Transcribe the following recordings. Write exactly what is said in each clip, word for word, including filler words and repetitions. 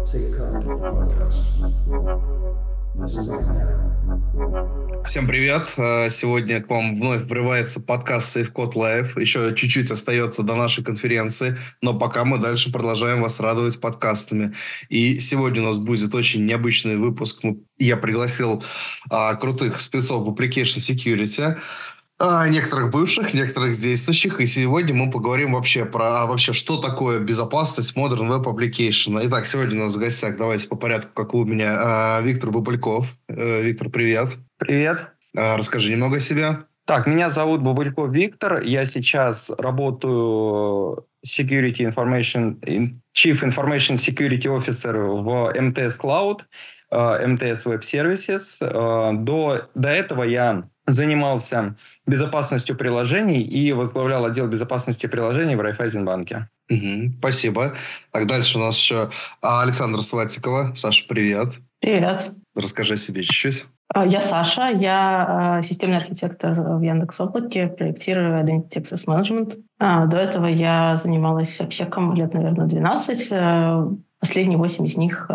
Всем привет! Сегодня к вам вновь врывается подкаст SafeCode Live. Еще чуть-чуть остается до нашей конференции, но пока мы дальше продолжаем вас радовать подкастами. И сегодня у нас будет очень необычный выпуск. Я пригласил а, крутых спецов в Application Security. А, некоторых бывших, некоторых действующих. И сегодня мы поговорим вообще про а, вообще, что такое безопасность Modern Web Application. Итак, сегодня у нас в гостях, давайте по порядку, как у меня, а, Виктор Бабыльков. А, Виктор, привет. Привет. А, расскажи немного о себе. Так, меня зовут Бабыльков Виктор. Я сейчас работаю Security Information, Chief Information Security Officer в эм ти эс Cloud, эм ти эс Web Services. До, до этого я занимался безопасностью приложений и возглавлял отдел безопасности приложений в Райффайзенбанке. Угу, спасибо. Так, дальше у нас еще Александра Сватикова. Саша, привет. Привет. Расскажи о себе чуть-чуть. Я Саша, я системный архитектор в Яндекс.Облаке, проектирую Identity Access Management. До этого я занималась обсеком лет, наверное, двенадцать. Последние восемь из них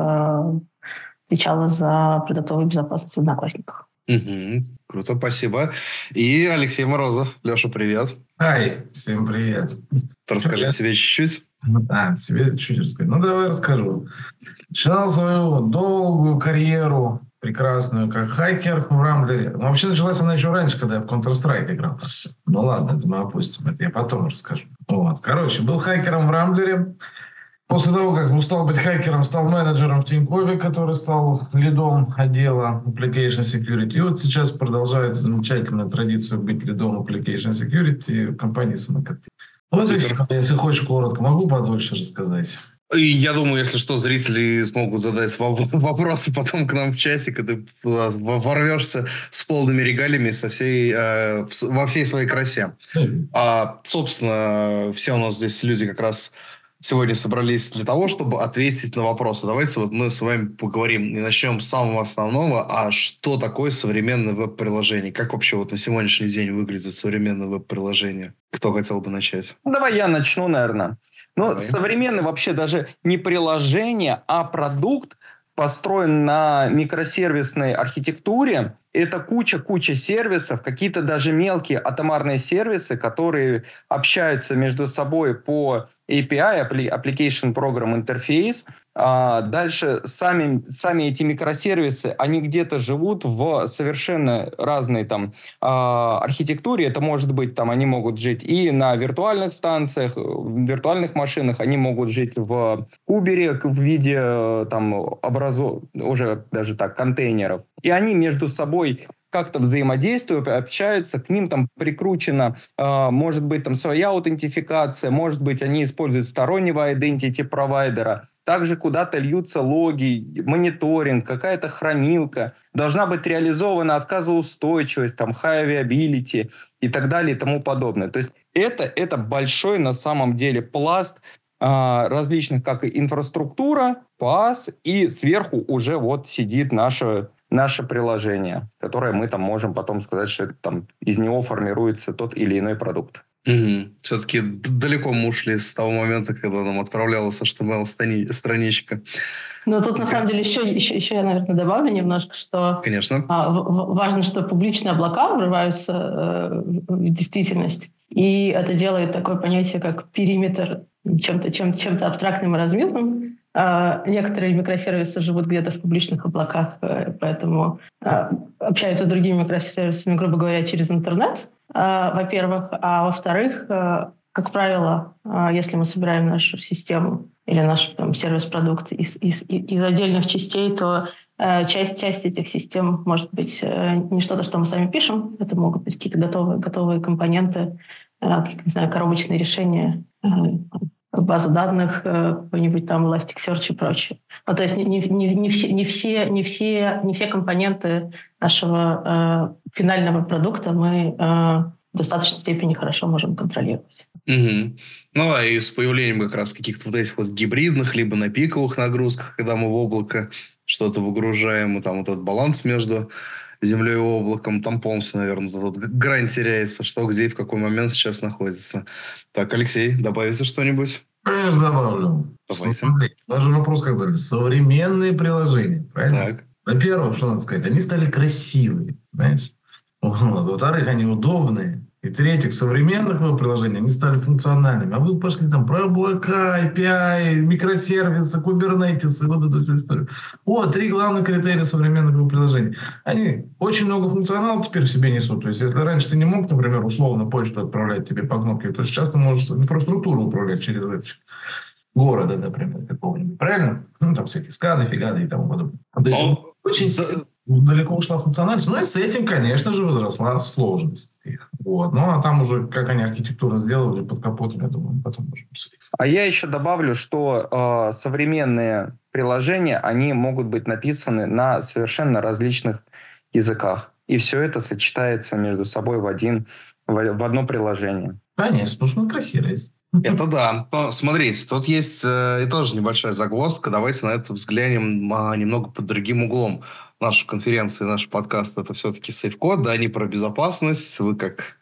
отвечала за продуктовую безопасность в Одноклассниках. Угу. Круто, спасибо. И Алексей Морозов. Леша, привет. Хай, всем привет. Расскажи о себе чуть-чуть. А, себе чуть-чуть расскажу. Ну, давай расскажу. Начинал свою долгую карьеру, прекрасную, как хакер в Рамблере. Ну, вообще началась она еще раньше, когда я в Counter-Strike играл. Ну ладно, это мы опустим, это я потом расскажу. Вот. Короче, был хакером в Рамблере. После того, как устал быть хакером, стал менеджером в Тинькове, который стал лидом отдела Application Security. И вот сейчас продолжает замечательную традицию быть лидом Application Security в компании Самокат. Вот еще, если хочешь, коротко, могу подольше рассказать. И я думаю, если что, зрители смогут задать вопросы потом к нам в чатик, и ты ворвешься с полными регалиями со всей, э, во всей своей красе. Mm-hmm. А, собственно, все у нас здесь люди как раз сегодня собрались для того, чтобы ответить на вопросы. Давайте вот мы с вами поговорим и начнем с самого основного. А что такое современное веб-приложение? Как вообще вот на сегодняшний день выглядит современное веб-приложение? Кто хотел бы начать? Давай я начну, наверное. Ну, Давай. Современный вообще даже не приложение, а продукт построен на микросервисной архитектуре. Это куча-куча сервисов, какие-то даже мелкие атомарные сервисы, которые общаются между собой по эй пи ай, Application Program Interface. А дальше сами, сами эти микросервисы, они где-то живут в совершенно разной там архитектуре. Это может быть, там, они могут жить и на виртуальных станциях, в виртуальных машинах, они могут жить в Кубере в виде там, образов, уже даже так, контейнеров. И они между собой как-то взаимодействуют, общаются, к ним там прикручена, э, может быть, там своя аутентификация, может быть, они используют стороннего identity провайдера. Также куда-то льются логи, мониторинг, какая-то хранилка. Должна быть реализована отказоустойчивость, там, high availability и так далее и тому подобное. То есть это, это большой на самом деле пласт э, различных, как и инфраструктура, пас, и сверху уже вот сидит наша наше приложение, которое мы там можем потом сказать, что это, там, из него формируется тот или иной продукт. Угу. Все-таки далеко мы ушли с того момента, когда нам отправлялась эйч ти эм эл-страничка. Ну, тут, на самом деле, еще, еще, еще я, наверное, добавлю немножко, что Конечно. А, в, важно, что публичные облака врываются э, в действительность. И это делает такое понятие, как периметр, чем-то, чем, чем-то абстрактным и размытым. Uh, некоторые микросервисы живут где-то в публичных облаках, uh, поэтому uh, общаются с другими микросервисами, грубо говоря, через интернет, uh, во-первых. А во-вторых, uh, как правило, uh, если мы собираем нашу систему или наш там, сервис-продукт из, из, из отдельных частей, то uh, часть, часть этих систем может быть uh, не что-то, что мы сами пишем, это могут быть какие-то готовые, готовые компоненты, uh, не знаю, коробочные решения, uh, база данных, какой-нибудь там Elasticsearch и прочее. Ну, то есть не, не, не, все, не, все, не, все, не все компоненты нашего э, финального продукта мы э, в достаточной степени хорошо можем контролировать. Угу. Ну да, и с появлением как раз каких-то вот этих вот гибридных, либо на пиковых нагрузках, когда мы в облако что-то выгружаем, и там вот этот баланс между землей и облаком, там полностью, наверное, вот грань теряется, что где и в какой момент сейчас находится. Так, Алексей, добавите что-нибудь? Конечно, добавлю. Давайте. Смотри, даже вопрос как бы современные приложения, правильно? Так. Во-первых, что надо сказать, они стали красивые, понимаешь? Вот. Во-вторых, они удобные. И в-третьих, в современных приложениях они стали функциональными. А вы пошли там про облака, эй пи ай, микросервисы, кубернетисы, вот эту всю историю. Вот три главных критерия современных приложений. Они очень много функционала теперь в себе несут. То есть, если раньше ты не мог, например, условно почту отправлять тебе по кнопке, то сейчас ты можешь инфраструктуру управлять через вебчик города, например, какого-нибудь. Правильно? Ну, там всякие сканы, фигады и тому подобное. То есть, О, очень за- далеко ушла функциональность. Ну и с этим, конечно же, возросла сложность их. Вот. Ну а там уже, как они архитектуру сделали под капотом, я думаю, потом можем обсудить. А я еще добавлю, что э, современные приложения, они могут быть написаны на совершенно различных языках. И все это сочетается между собой в, один, в, в одно приложение. Конечно, потому что он красивый. Это да. Но смотрите, тут есть э, и тоже небольшая загвоздка. Давайте на это взглянем а, немного под другим углом. Наша конференция, наш подкаст — это все-таки SafeCode, да, не про безопасность. Вы как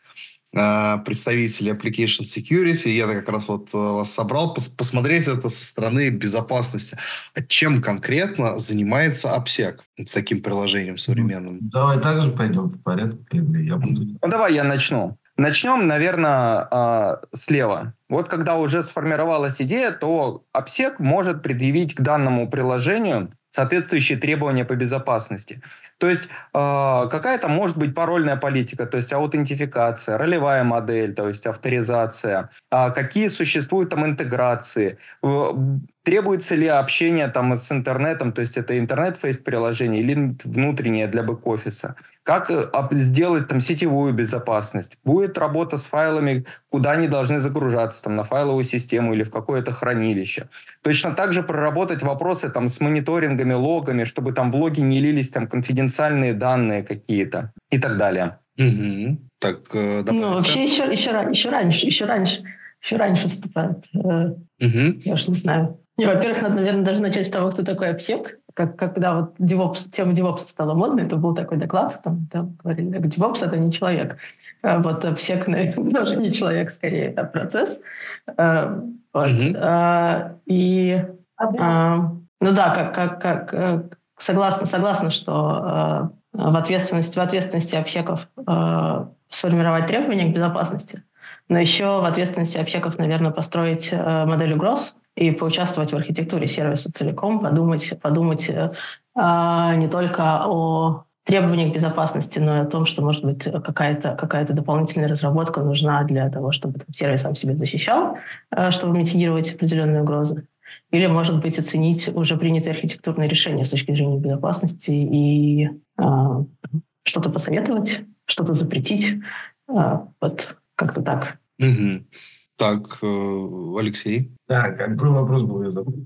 э, представители Application Security, я как раз вот э, вас собрал пос- посмотреть это со стороны безопасности. А чем конкретно занимается OPSEC с таким приложением современным? Давай также пойдем по порядку. Или я буду... Ну, давай я начну. Начнем, наверное, э, слева. Вот когда уже сформировалась идея, то OPSEC может предъявить к данному приложению соответствующие требования по безопасности. То есть э, какая-то может быть парольная политика, то есть аутентификация, ролевая модель, то есть авторизация, э, какие существуют там интеграции, э, требуется ли общение там с интернетом, то есть это интернет-фейс приложение или внутреннее для бэк-офиса. Как э, сделать там сетевую безопасность? Будет работа с файлами, куда они должны загружаться, там на файловую систему или в какое-то хранилище. Точно так же проработать вопросы там с мониторингами, логами, чтобы там в логи не лились там конфиденциальные данные какие-то и так далее. Угу. Так, э, Ну, вообще еще, еще, ра- еще раньше, еще раньше, еще раньше вступает. Э, угу. Я уж не знаю. Не, во-первых, надо, наверное, даже начать с того, кто такой OPSEC. Как, когда вот DevOps, тема DevOps стала модной, это был такой доклад, там, там говорили, DevOps — это не человек. А вот OPSEC, наверное, тоже не человек, скорее, это процесс. А, вот. Мгм. А, и, а, ну да, как, как, как, э, согласна, согласна, что а, в ответственности, в ответственности OPSEC-ов а, сформировать требования к безопасности, но еще в ответственности OPSEC-ов, наверное, построить а, модель угроз и поучаствовать в архитектуре сервиса целиком, подумать, подумать э, а, не только о требованиях безопасности, но и о том, что, может быть, какая-то, какая-то дополнительная разработка нужна для того, чтобы там, сервис сам себя защищал, э, чтобы митигировать определенные угрозы. Или, может быть, оценить уже принятые архитектурные решения с точки зрения безопасности и э, что-то посоветовать, что-то запретить. Э, вот как-то так. Угу. Так, э, Алексей. Так, какой вопрос был, я забыл.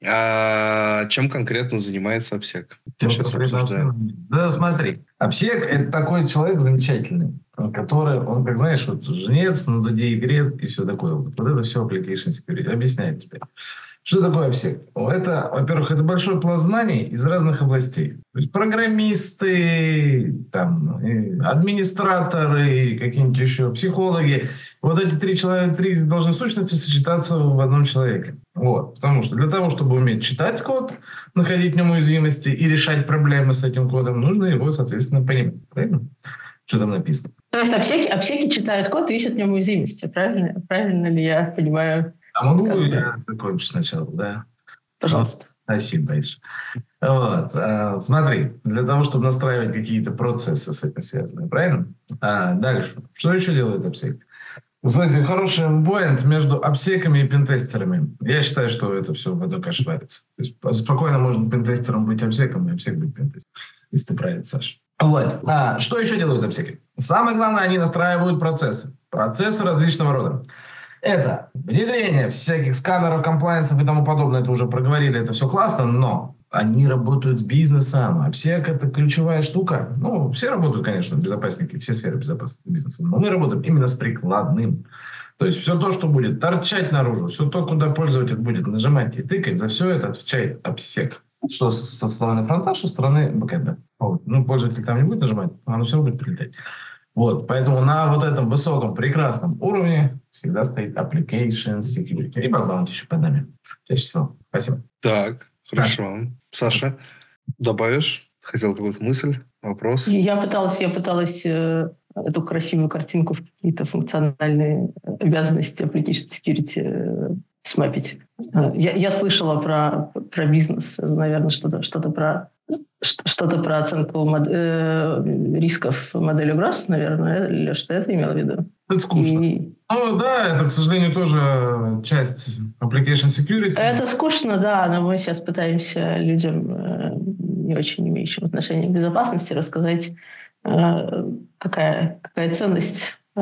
А чем конкретно занимается OPSEC? Чем Сейчас конкретно обсуждаем. OPSEC? Да, смотри. OPSEC — это такой человек замечательный, который, он, как знаешь, вот жнец, на дуде и грет, и все такое. Вот это все application security. Объясняю тебе. Что такое OPSEC? Это, во-первых, это большой пласт знаний из разных областей. То есть программисты, там, администраторы, какие-нибудь еще психологи. Вот эти три, человека, три должны сущности сочетаться в одном человеке. Вот. Потому что для того, чтобы уметь читать код, находить в нем уязвимости и решать проблемы с этим кодом, нужно его, соответственно, понимать. Правильно? Что там написано? То есть обсеки, обсеки читают код и ищут в нем уязвимости. Правильно, правильно ли я понимаю? А могу сказано? я закончу сначала, да? Пожалуйста. Спасибо большое. Вот, а, смотри, для того, чтобы настраивать какие-то процессы с этим связанные, правильно? А, дальше. Что еще делает OPSEC? Знаете, хороший поинт между обсеками и пентестерами. Я считаю, что это все в одной каше варится. То есть спокойно можно пентестером быть обсеком, и обсек быть пентестером. Если ты правильно, Саша. Вот. А, что еще делают обсеки? Самое главное, они настраивают процессы. Процессы различного рода. Это внедрение всяких сканеров, комплайенсов и тому подобное. Это уже проговорили, это все классно, но они работают с бизнесом. OPSEC — это ключевая штука. Ну, все работают, конечно, безопасники, все сферы безопасности бизнеса. Но мы работаем именно с прикладным. То есть все то, что будет торчать наружу, все то, куда пользователь будет нажимать и тыкать, за все это отвечает OPSEC. Что со стороны фронта, что со стороны бэкэнда. Вот. Ну, пользователь там не будет нажимать, оно все равно будет прилетать. Вот, поэтому на вот этом высоком, прекрасном уровне всегда стоит application security. И бэкграунд еще под нами. Чаще всего. Спасибо. Так, хорошо. Саша, добавишь? Хотел какую-то мысль, вопрос? Я пыталась, я пыталась э, эту красивую картинку в какие-то функциональные обязанности application security э, смапить. Э, я, я слышала про, про бизнес, наверное, что-то, что-то про что-то про оценку мод, э, рисков модели угроз, наверное. Леш, ты это имел в виду? Это скучно. И... Ну да, это, к сожалению, тоже часть application security. Это скучно, да, но мы сейчас пытаемся людям, э, не очень имеющим отношения к безопасности, рассказать, э, какая, какая ценность э,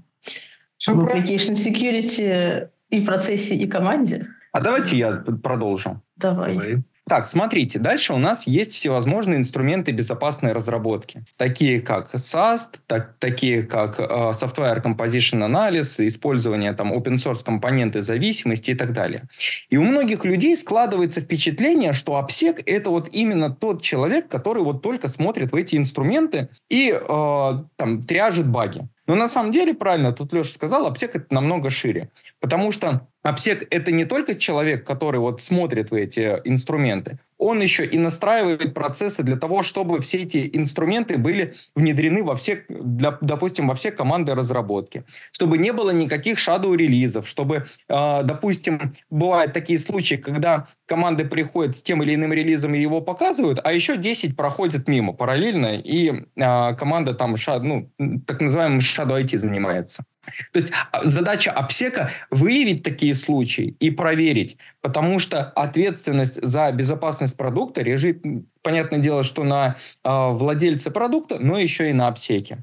в application security и процессе, и команде. А давайте я продолжу. Давай. Давай. Так, смотрите, дальше у нас есть всевозможные инструменты безопасной разработки, такие как саст, так, такие как э, Software Composition Analysis, использование там open-source компоненты зависимости и так далее. И у многих людей складывается впечатление, что обсек — это вот именно тот человек, который вот только смотрит в эти инструменты и э, там тряжет баги. Но на самом деле, правильно, тут Леша сказал, обсек — это намного шире. Потому что обсек — это не только человек, который вот смотрит в эти инструменты, он еще и настраивает процессы для того, чтобы все эти инструменты были внедрены во все, для, допустим, во все команды разработки. Чтобы не было никаких shadow-релизов, чтобы, э, допустим, бывают такие случаи, когда команды приходят с тем или иным релизом и его показывают, а еще десять проходят мимо параллельно, и э, команда там, ну, так называемым shadow ай ти занимается. То есть задача обсека — выявить такие случаи и проверить, потому что ответственность за безопасность продукта лежит, понятное дело, что на э, владельце продукта, но еще и на обсеке.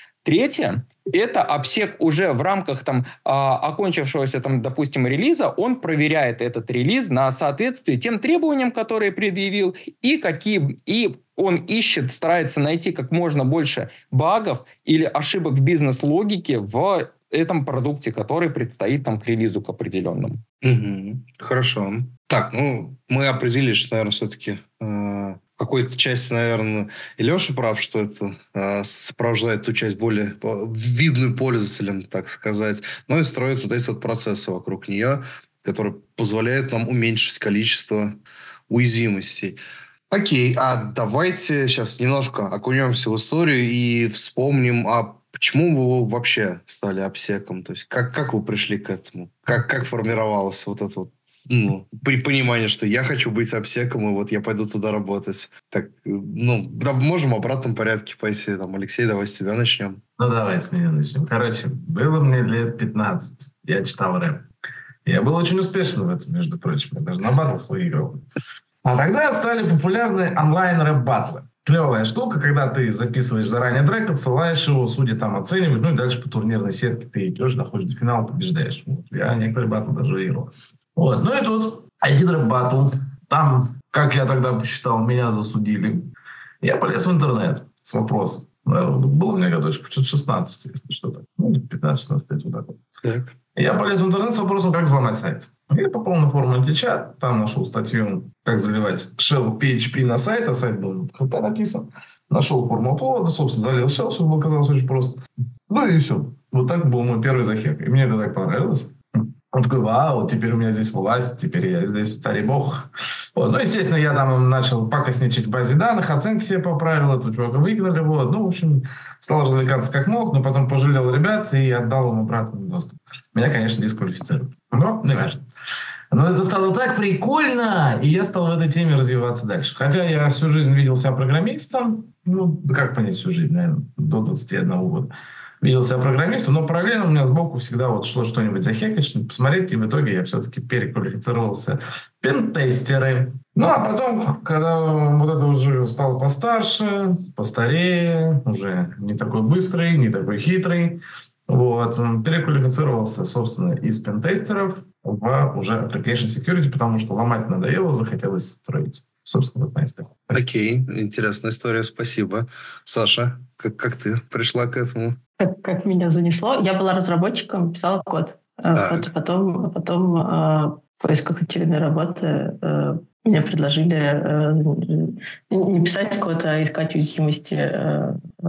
Третье – это обсек уже в рамках там, э, окончившегося, там, допустим, релиза. Он проверяет этот релиз на соответствие тем требованиям, которые предъявил, и какие... И он ищет, старается найти как можно больше багов или ошибок в бизнес-логике в этом продукте, который предстоит там к релизу к определенному. Угу. Хорошо. Так, ну, мы определились, что, наверное, все-таки э, в какой-то части, наверное, и Леша прав, что это э, сопровождает ту часть более видную пользователям, так сказать, но и строят вот эти вот процессы вокруг нее, которые позволяют нам уменьшить количество уязвимостей. Окей, а давайте сейчас немножко окунемся в историю и вспомним, а почему вы вообще стали обсеком? То есть как, как вы пришли к этому? Как, как формировалось вот это вот, ну, при понимании, что я хочу быть обсеком, и вот я пойду туда работать? Так, ну, да, можем в обратном порядке пойти. Там, Алексей, давай с тебя начнем. Ну, давай с меня начнем. Короче, было мне лет пятнадцать. Я читал рэп. Я был очень успешен в этом, между прочим. Я даже на батлах выигрывал. А тогда стали популярны онлайн-рэп-баттлы. Клевая штука, когда ты записываешь заранее трек, отсылаешь его, судьи там оценивают, ну и дальше по турнирной сетке ты идешь, доходишь до финала, побеждаешь. Вот. Я некоторые баттлы даже выиграл. Вот. Ну и тут один рэп-баттл. Там, как я тогда посчитал, меня засудили. Я полез в интернет с вопросом. Было у меня годочку шестнадцать, если что-то. Ну, пятнадцать-шестнадцать лет, вот так вот. Так. Я полез в интернет с вопросом, как взломать сайт. Я попал на форум античат, там нашел статью, как заливать shell пи эйч пи на сайт, а сайт был в хп написан. Нашел форму повода, собственно, залил shell, чтобы оказалось очень просто. Ну и все. Вот так был мой первый захек. И мне это так понравилось. Он такой: вау, теперь у меня здесь власть, теперь я здесь царь и бог. Вот. Ну, естественно, я там начал пакостничать в базе данных, оценки себе поправил, этого чувака выгнали. Вот. Ну, в общем, стал развлекаться как мог, но потом пожалел ребят и отдал им обратный доступ. Меня, конечно, дисквалифицировали. Но не важно. Но это стало так прикольно, и я стал в этой теме развиваться дальше. Хотя я всю жизнь видел себя программистом, ну, как понять всю жизнь, наверное, до двадцати одного года. Видел себя программистом, но параллельно у меня сбоку всегда вот шло что-нибудь захекать, что-нибудь посмотреть, и в итоге я все-таки переквалифицировался в пентестеры. Ну, а потом, когда вот это уже стало постарше, постарее, уже не такой быстрый, не такой хитрый, вот, переквалифицировался, собственно, из пентестеров в уже application security, потому что ломать надоело, захотелось строить. Собственно, вот моя история. Окей, интересная история, спасибо. Саша, как, как ты пришла к этому? Как, как меня занесло? Я была разработчиком, писала код. Вот, потом, потом э, в поисках очередной работы э, мне предложили э, не писать код, а искать уязвимости э, в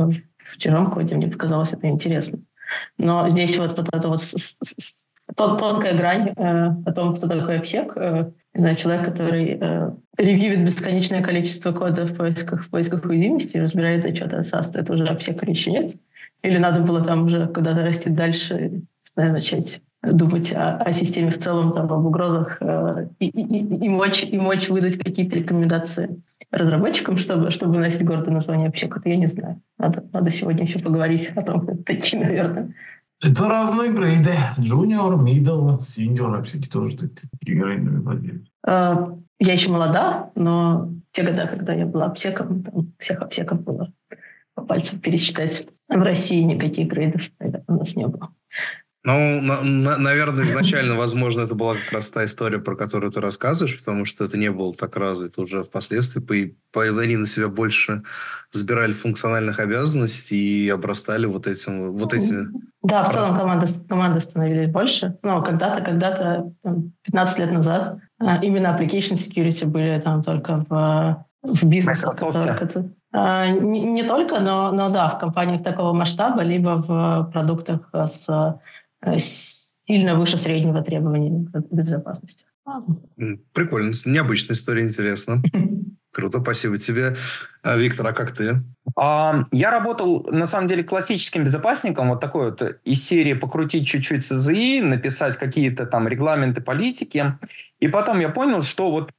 в чужом коде, мне показалось это интересно. Но здесь вот, вот эта вот тон, тонкая грань э, о том, кто такой обсек, э, не знаю, человек, который э, ревьюет бесконечное количество кода в поисках, в поисках уязвимости, разбирает отчеты от саста, это уже обсек или еще нет? Или надо было там уже куда-то расти дальше, знаю, начать думать о, о системе в целом, там, об угрозах э, и, и, и, мочь, и мочь выдать какие-то рекомендации разработчикам, чтобы, чтобы носить гордое название обсек, это я не знаю. Надо, надо сегодня еще поговорить о том, как такие, наверное. Это разные грейды. Junior, middle, senior, всякие тоже такие грейды владеют. Э, я еще молода, но те годы, когда я была обсеком, там всех обсеков было по пальцам пересчитать. В России никаких грейдов у нас не было. Ну, на, на, наверное, изначально, возможно, это была как раз та история, про которую ты рассказываешь, потому что это не было так развито. Уже впоследствии по, по, они на себя больше забирали функциональных обязанностей и обрастали вот этим, вот этими. Да, в целом команды, команды становились больше. Но когда-то, когда-то, пятнадцать лет назад, именно application security были там только в, в бизнесах. Это, не, не только, но, но да, в компаниях такого масштаба, либо в продуктах с сильно выше среднего требования к безопасности. Прикольно. Необычная история, интересно. Круто, спасибо тебе. А, Виктор, а как ты? Я работал, на самом деле, классическим безопасником, вот такой вот из серии покрутить чуть-чуть си зет и, написать какие-то там регламенты, политики. И потом я понял, что вот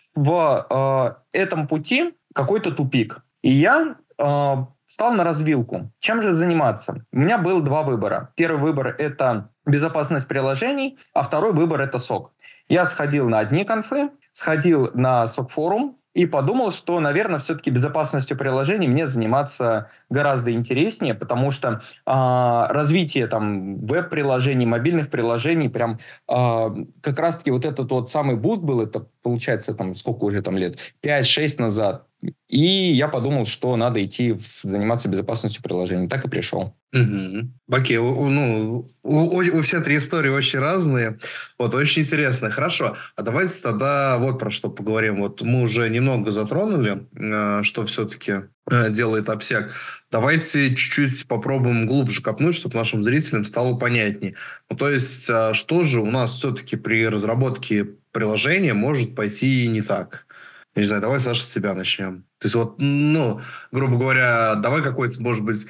в э, этом пути какой-то тупик. И я э, встал на развилку. Чем же заниматься? У меня было два выбора. Первый выбор – это безопасность приложений, а второй выбор – это сок. Я сходил на одни конфы, сходил на сок-форум и подумал, что, наверное, все-таки безопасностью приложений мне заниматься гораздо интереснее, потому что э, развитие там веб-приложений, мобильных приложений, прям э, как раз-таки вот этот вот самый буст был, это получается там сколько уже там лет, пять-шесть назад. И я подумал, что надо идти в, заниматься безопасностью приложений. Так и пришел. Угу. Окей, у, ну, у, у, у все три истории очень разные. Вот, очень интересно. Хорошо, а давайте тогда вот про что поговорим. Вот мы уже немного затронули, э, что все-таки э, делает обсек. Давайте чуть-чуть попробуем глубже копнуть, чтобы нашим зрителям стало понятнее. Ну, то есть, э, что же у нас все-таки при разработке приложения может пойти не так? Я не знаю, давай, Саша, с тебя начнем. То есть вот, ну, грубо говоря, давай какой-то, может быть,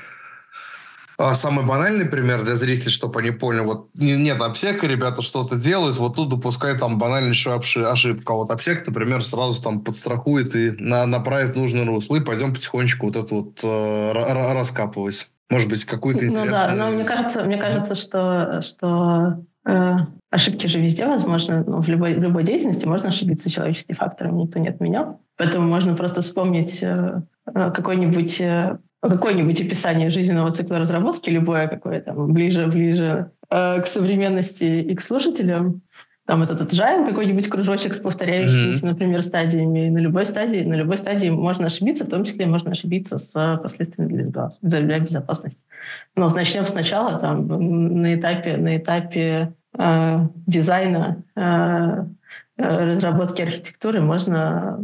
самый банальный пример для зрителей, чтобы они поняли. Вот нет обсека, ребята что-то делают, вот тут допускай там банальнейшую ошибку. А вот обсек, например, сразу там подстрахует и на, направит в нужное русло. И пойдем потихонечку вот это вот э, раскапывать. Может быть, какую-то интересную... Ну да, но мне кажется, мне кажется, что... что... Э, ошибки же везде возможны, ну, в, любой, в любой деятельности можно ошибиться человеческим фактором, никто не отменял. Поэтому можно просто вспомнить э, какой-нибудь, э, какое-нибудь описание жизненного цикла разработки, любое какое там, ближе, ближе э, к современности и к слушателям. Там этот agile, какой-нибудь кружочек с повторяющимися, mm-hmm. например, стадиями. На любой стадии, на любой стадии можно ошибиться, в том числе можно ошибиться с последствиями для безопасности. Но начнем сначала, там, на этапе, на этапе э, дизайна, э, разработки архитектуры можно,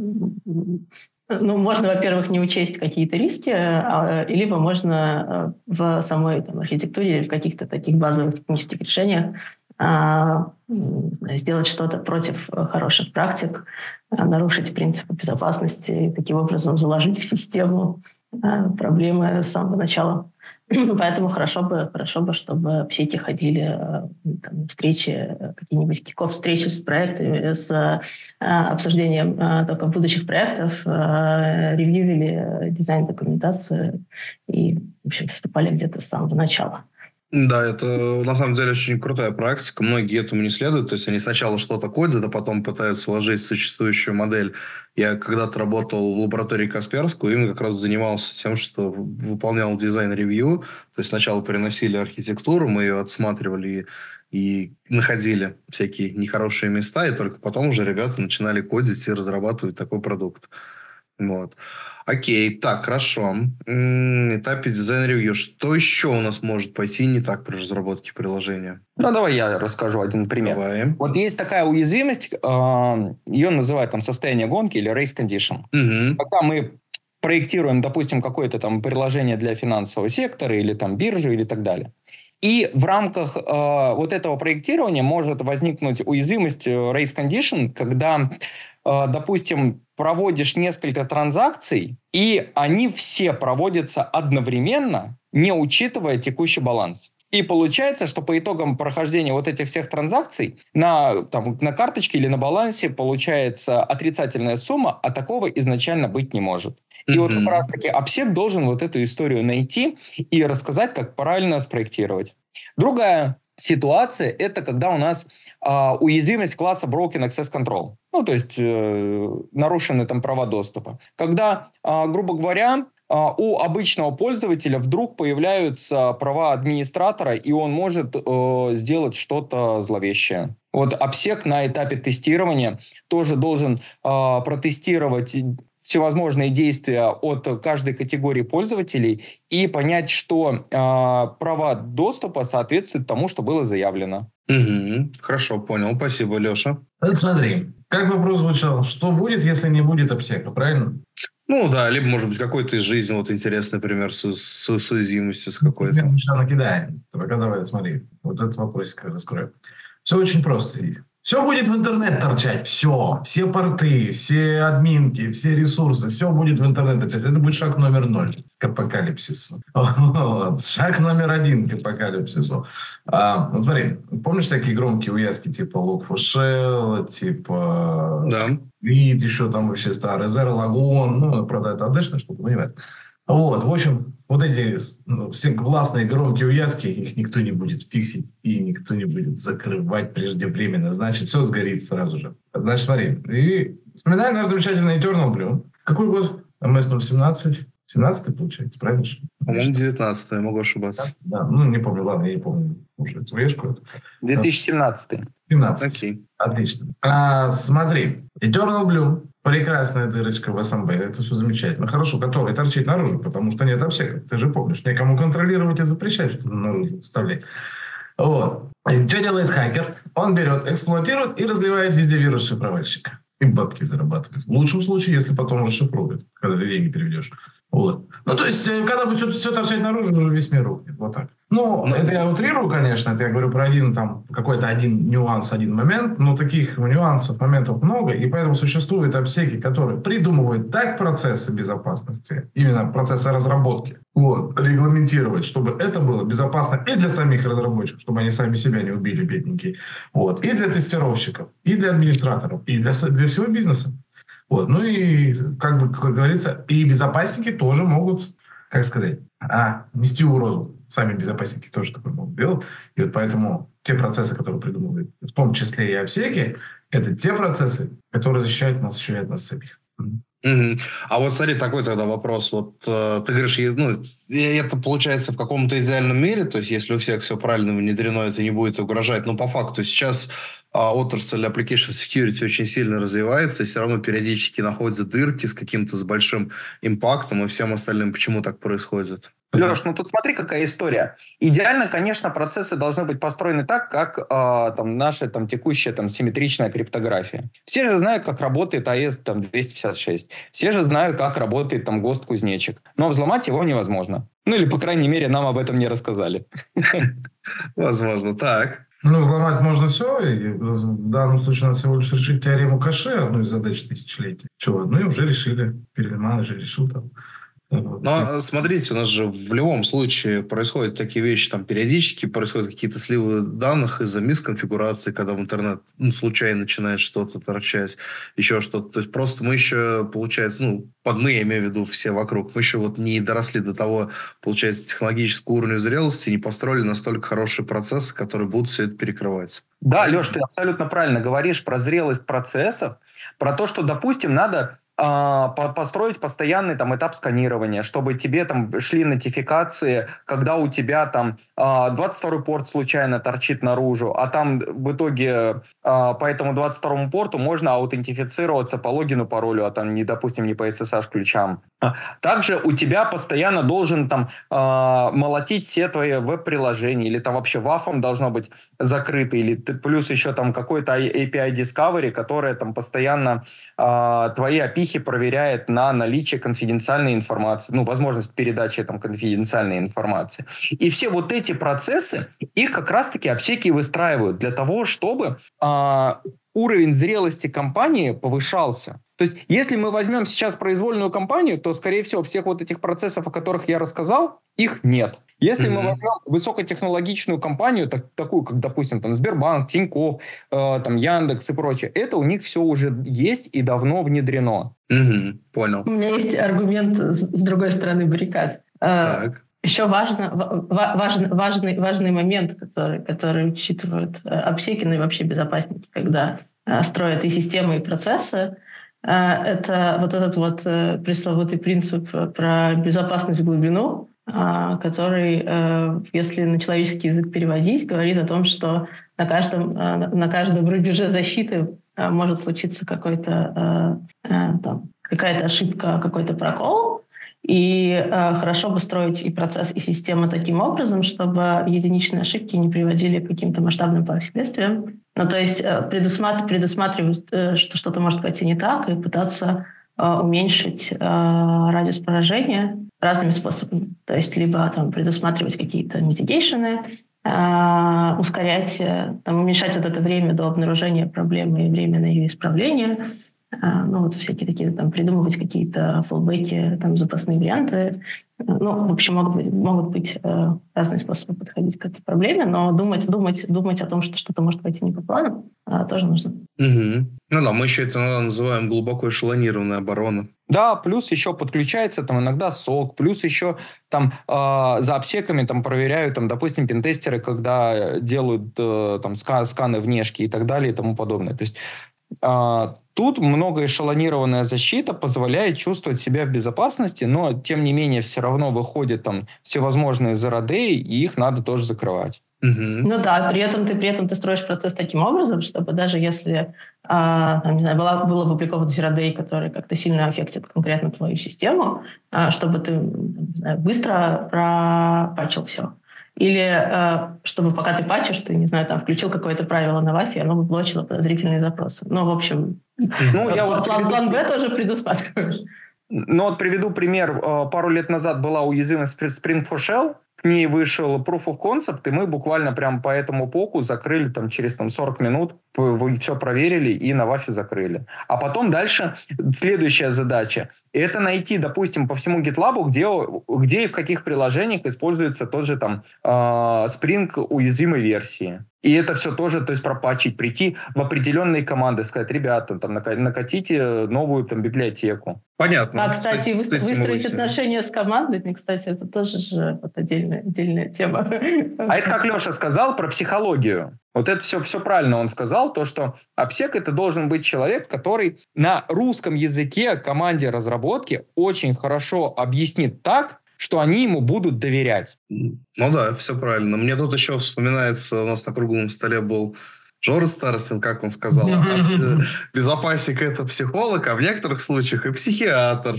ну, можно, во-первых, не учесть какие-то риски, а, либо можно в самой там, архитектуре, в каких-то таких базовых технических решениях А, не знаю, сделать что-то против хороших практик, а, нарушить принципы безопасности и таким образом заложить в систему а, проблемы с самого начала. Поэтому хорошо бы, хорошо бы, чтобы обсеки ходили там, встречи, какие-нибудь кик-офф встречи с проектами, с а, обсуждением а, только будущих проектов, а, ревьювили дизайн-документацию и, в общем, вступали где-то с самого начала. Да, это на самом деле очень крутая практика. Многие этому не следуют. То есть они сначала что-то кодят, а потом пытаются сложить существующую модель. Я когда-то работал в лаборатории Касперского, именно как раз занимался тем, что выполнял дизайн-ревью. То есть сначала переносили архитектуру, мы ее отсматривали и, и находили всякие нехорошие места, и только потом уже ребята начинали кодить и разрабатывать такой продукт. Вот. Окей, так, хорошо. Этапе дизайн-ревью. Что еще у нас может пойти не так при разработке приложения? Ну, давай я расскажу один пример. Давай. Вот есть такая уязвимость, ее называют там состояние гонки или race condition. Угу. Когда мы проектируем, допустим, какое-то там приложение для финансового сектора или там биржи или так далее. И в рамках э, вот этого проектирования может возникнуть уязвимость race condition, когда, э, допустим, проводишь несколько транзакций, и они все проводятся одновременно, не учитывая текущий баланс. И получается, что по итогам прохождения вот этих всех транзакций на, там, на карточке или на балансе получается отрицательная сумма, а такого изначально быть не может. И mm-hmm. вот как раз-таки обсек должен вот эту историю найти и рассказать, как правильно спроектировать. Другая ситуация – это когда у нас э, уязвимость класса Broken Access Control. Ну, то есть э, нарушены там права доступа. Когда, э, грубо говоря, э, у обычного пользователя вдруг появляются права администратора, и он может э, сделать что-то зловещее. Вот обсек на этапе тестирования тоже должен э, протестировать всевозможные действия от каждой категории пользователей и понять, что э, права доступа соответствуют тому, что было заявлено. Угу. Хорошо, понял. Спасибо, Леша. Вот смотри, как вопрос звучал, что будет, если не будет обсека, правильно? Ну да, либо, может быть, какой-то из жизни вот интересный пример с, с, с уязвимостью с какой-то. Миша, накидаем. Пока давай, смотри, вот этот вопросик раскрою. Все очень просто. Все будет в интернет торчать, все, все порты, все админки, все ресурсы, все будет в интернет торчать. Это будет шаг номер ноль к апокалипсису. Вот. Шаг номер один к апокалипсису. А, вот смотри, помнишь всякие громкие увязки типа лог фор шелл, типа да. Вид, еще там вообще старый, Zero Lagoon, ну, правда, это АДшная штука, но не важно. Вот, в общем, вот эти ну, все классные громкие увязки, их никто не будет фиксить и никто не будет закрывать преждевременно. Значит, все сгорит сразу же. Значит, смотри, и вспоминаем наш замечательный Eternal Blue. Какой год? эм эс ноль семнадцать. семнадцатый, получается, правильно? По-моему, девятнадцатый, я могу ошибаться. Да, ну, не помню, ладно, я не помню уже эту вешку. две тысячи семнадцатый. семнадцатый. Окей. Отлично. А, смотри, Eternal Blue. Прекрасная дырочка в эс эм бэ. Это все замечательно. Хорошо, который торчит наружу, потому что нет обсека. Ты же помнишь, некому контролировать и запрещать что-то наружу вставлять. Вот. И что делает хакер? Он берет, эксплуатирует и разливает везде вирус шифровальщика. И бабки зарабатывает. В лучшем случае, если потом расшифрует, когда ты деньги переведешь. Вот. Ну, то есть, когда будет все, все торчать наружу, уже весь мир рухнет. Вот так. Ну, ну, это я утрирую, конечно. Это я говорю про один, там, какой-то один нюанс, один момент. Но таких нюансов, моментов много. И поэтому существуют обсеки, которые придумывают так процессы безопасности, именно процессы разработки, вот, регламентировать, чтобы это было безопасно и для самих разработчиков, чтобы они сами себя не убили, бедненькие. Вот. И для тестировщиков, и для администраторов, и для, для всего бизнеса. Вот. Ну и, как бы, как говорится, и безопасники тоже могут, как сказать, а, нести угрозу. Сами безопасники тоже такое могут делать. И вот поэтому те процессы, которые придумывают, в том числе и обсеки, это те процессы, которые защищают нас еще и от нас самих. Угу. А вот смотри, такой тогда вопрос. Вот э, ты говоришь, ну, это получается в каком-то идеальном мире, то есть если у всех все правильно внедрено, это не будет угрожать. Но по факту сейчас э, отрасль application security очень сильно развивается, и все равно периодически находятся дырки с каким-то с большим импактом и всем остальным. Почему так происходит? Леш, ну тут смотри, какая история. Идеально, конечно, процессы должны быть построены так, как э, там, наша там, текущая там, симметричная криптография. Все же знают, как работает эй и эс там, двести пятьдесят шесть. Все же знают, как работает там, ГОСТ Кузнечик. Но взломать его невозможно. Ну или, по крайней мере, нам об этом не рассказали. Возможно, так. Ну, взломать можно все. И в данном случае надо всего лишь решить теорему Каше, одну из задач тысячелетия. Чего? Ну и уже решили. Перельман уже решил там. Но смотрите, у нас же в любом случае происходят такие вещи, там периодически происходят какие-то сливы данных из-за мисконфигурации, когда в интернет ну, случайно начинает что-то торчать, еще что-то. То есть просто мы еще, получается, ну, под мы, я имею в виду все вокруг, мы еще вот не доросли до того, получается, технологического уровня зрелости, не построили настолько хорошие процессы, которые будут все это перекрывать. Да, Леш, ты абсолютно правильно говоришь про зрелость процессов, про то, что, допустим, надо построить постоянный там этап сканирования, чтобы тебе там шли нотификации, когда у тебя там двадцать второй порт случайно торчит наружу, а там в итоге по этому двадцать второму порту можно аутентифицироваться по логину, паролю, а там, не, допустим, не по эс эс эйч-ключам. Также у тебя постоянно должен там молотить все твои веб-приложения, или там вообще вафом должно быть закрыто, или плюс еще там какой-то эй пи ай Discovery, которая там постоянно твои эй пи ай них и проверяет на наличие конфиденциальной информации, ну, возможность передачи там конфиденциальной информации. И все вот эти процессы, их как раз-таки обсеки выстраивают для того, чтобы а, уровень зрелости компании повышался. То есть, если мы возьмем сейчас произвольную компанию, то, скорее всего, всех вот этих процессов, о которых я рассказал, их нет. Если mm-hmm. мы возьмем высокотехнологичную компанию, так, такую, как, допустим, там, Сбербанк, Тинькофф, э, там, Яндекс и прочее, это у них все уже есть и давно внедрено. Mm-hmm. Понял. У меня есть аргумент с, с другой стороны баррикад. Так. Еще важно, важный, важный, важный момент, который, который учитывают обсеки, ну и вообще безопасники, когда строят и системы, и процессы, это вот этот вот пресловутый принцип про безопасность в глубину, который, если на человеческий язык переводить, говорит о том, что на каждом, на каждом рубеже защиты может случиться какой-то, там, какая-то ошибка, какой-то прокол, и э, хорошо бы строить и процесс, и систему таким образом, чтобы единичные ошибки не приводили к каким-то масштабным последствиям. Ну, то есть э, предусматривать, предусматривать э, что что-то может пойти не так, и пытаться э, уменьшить э, радиус поражения разными способами. То есть либо там, предусматривать какие-то митигейшены, э, ускорять, э, там, уменьшать вот это время до обнаружения проблемы и время на ее исправление. Ну, вот всякие такие, там, придумывать какие-то фоллбеки, там, запасные варианты. Ну, в общем, могут быть, могут быть э, разные способы подходить к этой проблеме, но думать, думать, думать о том, что что-то может пойти не по плану, э, тоже нужно. Угу. Ну да, мы еще это называем глубоко эшелонированной обороной. Да, плюс еще подключается там иногда сок, плюс еще там э, за обсеками там проверяют, там, допустим, пентестеры, когда делают э, там ска- сканы внешки и так далее и тому подобное. То есть э, тут многоэшелонированная защита позволяет чувствовать себя в безопасности, но, тем не менее, все равно выходят там всевозможные зеродеи, и их надо тоже закрывать. Угу. Ну да, при этом ты, при этом ты строишь процесс таким образом, чтобы даже если а, там, не знаю, была, был опубликован зеродей, который как-то сильно аффектит конкретно твою систему, а, чтобы ты, не знаю, быстро пропатчил все. Или э, чтобы пока ты патчишь, ты, не знаю, там включил какое-то правило на вафе, оно блочило подозрительные запросы. Ну, в общем, ну, я вот план, план Б тоже предусматриваешь. Ну, вот приведу пример. Пару лет назад была уязвимость Spring for Shell, к ней вышел Proof of Concept, и мы буквально прям по этому поку закрыли там через там, сорок минут, вы все проверили и на вафе закрыли. А потом дальше следующая задача – это найти, допустим, по всему GitLab, где, где и в каких приложениях используется тот же там э, Spring уязвимой версии. И это все тоже, то есть пропатчить, прийти в определенные команды, сказать, ребята, там, накатите новую там, библиотеку. Понятно. А, кстати, вы, выстроить отношения с командами, кстати, это тоже же вот отдельная, отдельная тема. А это, как Леша сказал, про психологию. Вот это все, все правильно он сказал, то, что обсек это должен быть человек, который на русском языке команде разработки очень хорошо объяснит так, что они ему будут доверять. Ну да, все правильно. Мне тут еще вспоминается, у нас на круглом столе был Жора Старостин, как он сказал, безопасник – это психолог, а в некоторых случаях и психиатр.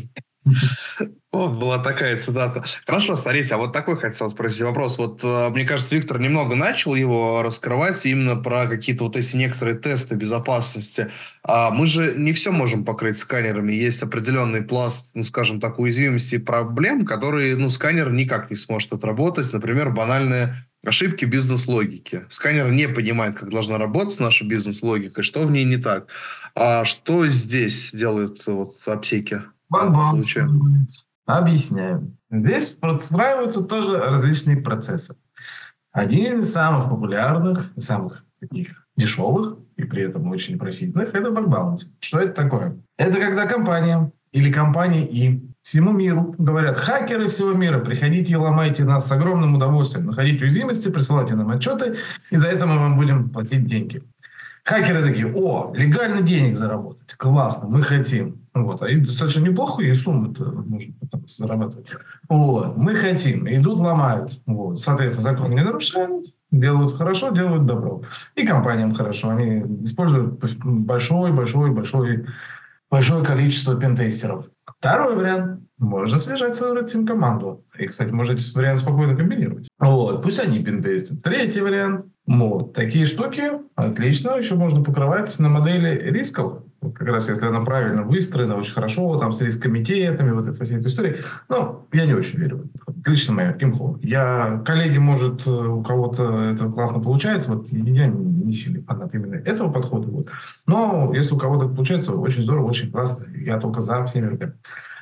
Вот была такая цитата. Хорошо, смотрите, а вот такой хотел спросить вопрос. Вот, мне кажется, Виктор немного начал его раскрывать именно про какие-то вот эти некоторые тесты безопасности. А мы же не все можем покрыть сканерами. Есть определенный пласт, ну, скажем так, уязвимостей и проблем, которые, ну, сканер никак не сможет отработать. Например, банальные ошибки бизнес-логики. Сканер не понимает, как должна работать наша бизнес-логика, что в ней не так. А что здесь делают вот обсеки? Бам-бам. Объясняем. Здесь подстраиваются тоже различные процессы. Один из самых популярных, самых таких дешевых и при этом очень профитных – это баг-баунти. Что это такое? Это когда компания или компании И всему миру говорят: хакеры всего мира, приходите и ломайте нас с огромным удовольствием, находите уязвимости, присылайте нам отчеты, и за это мы вам будем платить деньги. Хакеры такие: о, легально денег заработать, классно, мы хотим. Вот. А и достаточно неплохо, и суммы-то нужно потом зарабатывать. Вот. Мы хотим. Идут, ломают. Вот. Соответственно, закон не нарушают, делают хорошо, делают добро. И компаниям хорошо. Они используют большое-большое-большое большое количество пентестеров. Второй вариант. Можно связать свою тим-команду. И, кстати, можете вариант спокойно комбинировать. Вот. Пусть они пентестят. Третий вариант. Вот. Такие штуки отлично еще можно покрывать на модели рисков. Вот как раз если она правильно выстроена, очень хорошо, там с риск-комитетами, вот эта вся эта история. Но я не очень верю в этот подход. Лично мое имхо. Я, коллеги, может, у кого-то это классно получается, вот я не сильный фанат именно этого подхода. Вот. Но если у кого-то получается, очень здорово, очень классно. Я только за всеми руками.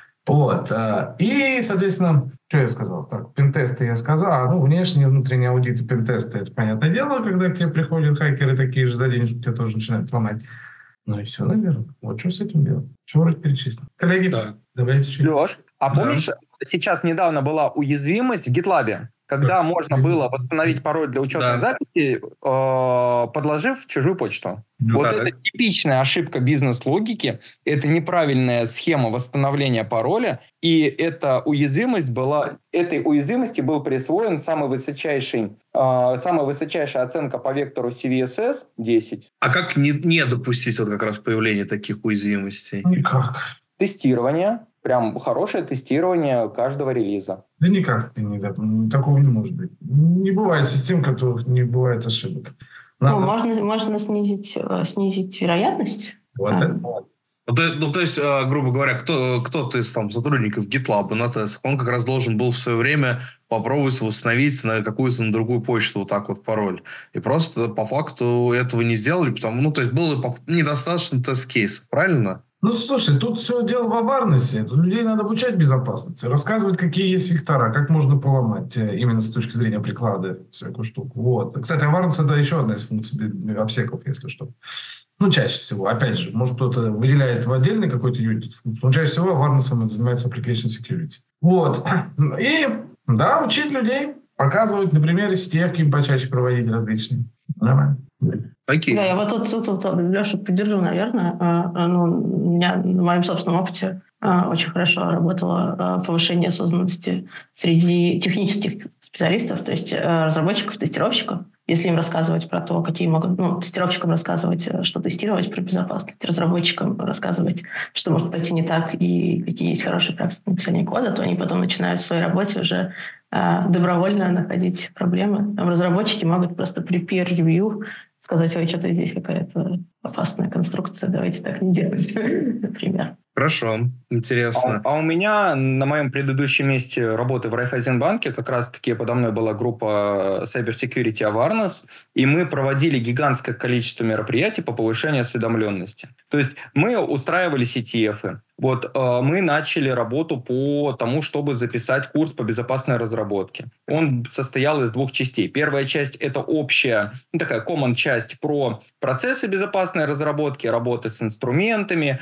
Вот. И, соответственно, что я сказал? Так, пентесты я сказал. А, ну, внешние, внутренние аудиты, пентесты, это понятное дело, когда к тебе приходят хакеры такие же за денежку, тебя тоже начинают ломать. Ну и все, наверное. Вот что с этим делать? Все вроде перечислено. Коллеги, Так. давайте чуть. Леш, а Да. помнишь, сейчас недавно была уязвимость в GitLab, когда Да. можно было восстановить пароль для учетной Да. записи, э, подложив чужую почту? Ну, Вот так. это типичная ошибка бизнес-логики, это неправильная схема восстановления пароля, и эта уязвимость была, этой уязвимости был присвоен самый высочайший, э, самая высочайшая оценка по вектору си ви эс эс десять. А как не, не допустить вот как раз появление таких уязвимостей? Никак. Тестирование, прям хорошее тестирование каждого релиза. Да никак ты не, такого не может быть. Не бывает систем, которых не бывает ошибок. Ну, Надо... можно, можно снизить, э, снизить вероятность. Вот А. это. Ну, то, ну, то есть, э, грубо говоря, кто, кто-то из там, сотрудников GitLab на тестах, он как раз должен был в свое время попробовать восстановить на какую-то на другую почту вот так вот пароль. И просто по факту этого не сделали, потому ну, то есть было недостаточно тест-кейсов, правильно? Ну, слушай, тут все дело в аварности. Тут людей надо обучать безопасности, рассказывать, какие есть вектора, как можно поломать именно с точки зрения приклада всякую штуку. Вот. Кстати, аварность – это еще одна из функций обсеков, если что. Ну, чаще всего. Опять же, может, кто-то выделяет в отдельный какой-то юнит функцию, но чаще всего аварностью занимается application security. Вот. И, да, учить людей, показывать на примере сетей, им почаще проводить различные. Нормально. Окей. Да, я вот тут, тут, тут Лешу поддержу, наверное. А, ну, у меня на моем собственном опыте а, очень хорошо работало а, повышение осознанности среди технических специалистов, то есть а, разработчиков, тестировщиков. Если им рассказывать про то, какие могут... Ну, тестировщикам рассказывать, что тестировать про безопасность, разработчикам рассказывать, что может пойти не так и какие есть хорошие практики написания кода, то они потом начинают в своей работе уже а, добровольно находить проблемы. Там разработчики могут просто при peer-review сказать, ой, что-то здесь какая-то опасная конструкция, давайте так не делать, например. Хорошо, интересно. А, а у меня на моем предыдущем месте работы в Райффайзенбанке как раз-таки подо мной была группа Cyber Security Awareness, и мы проводили гигантское количество мероприятий по повышению осведомленности. То есть мы устраивали си ти эф-ы. Вот э, мы начали работу по тому, чтобы записать курс по безопасной разработке. Он состоял из двух частей. Первая часть – это общая, ну, такая common часть про процессы безопасной разработки, работы с инструментами,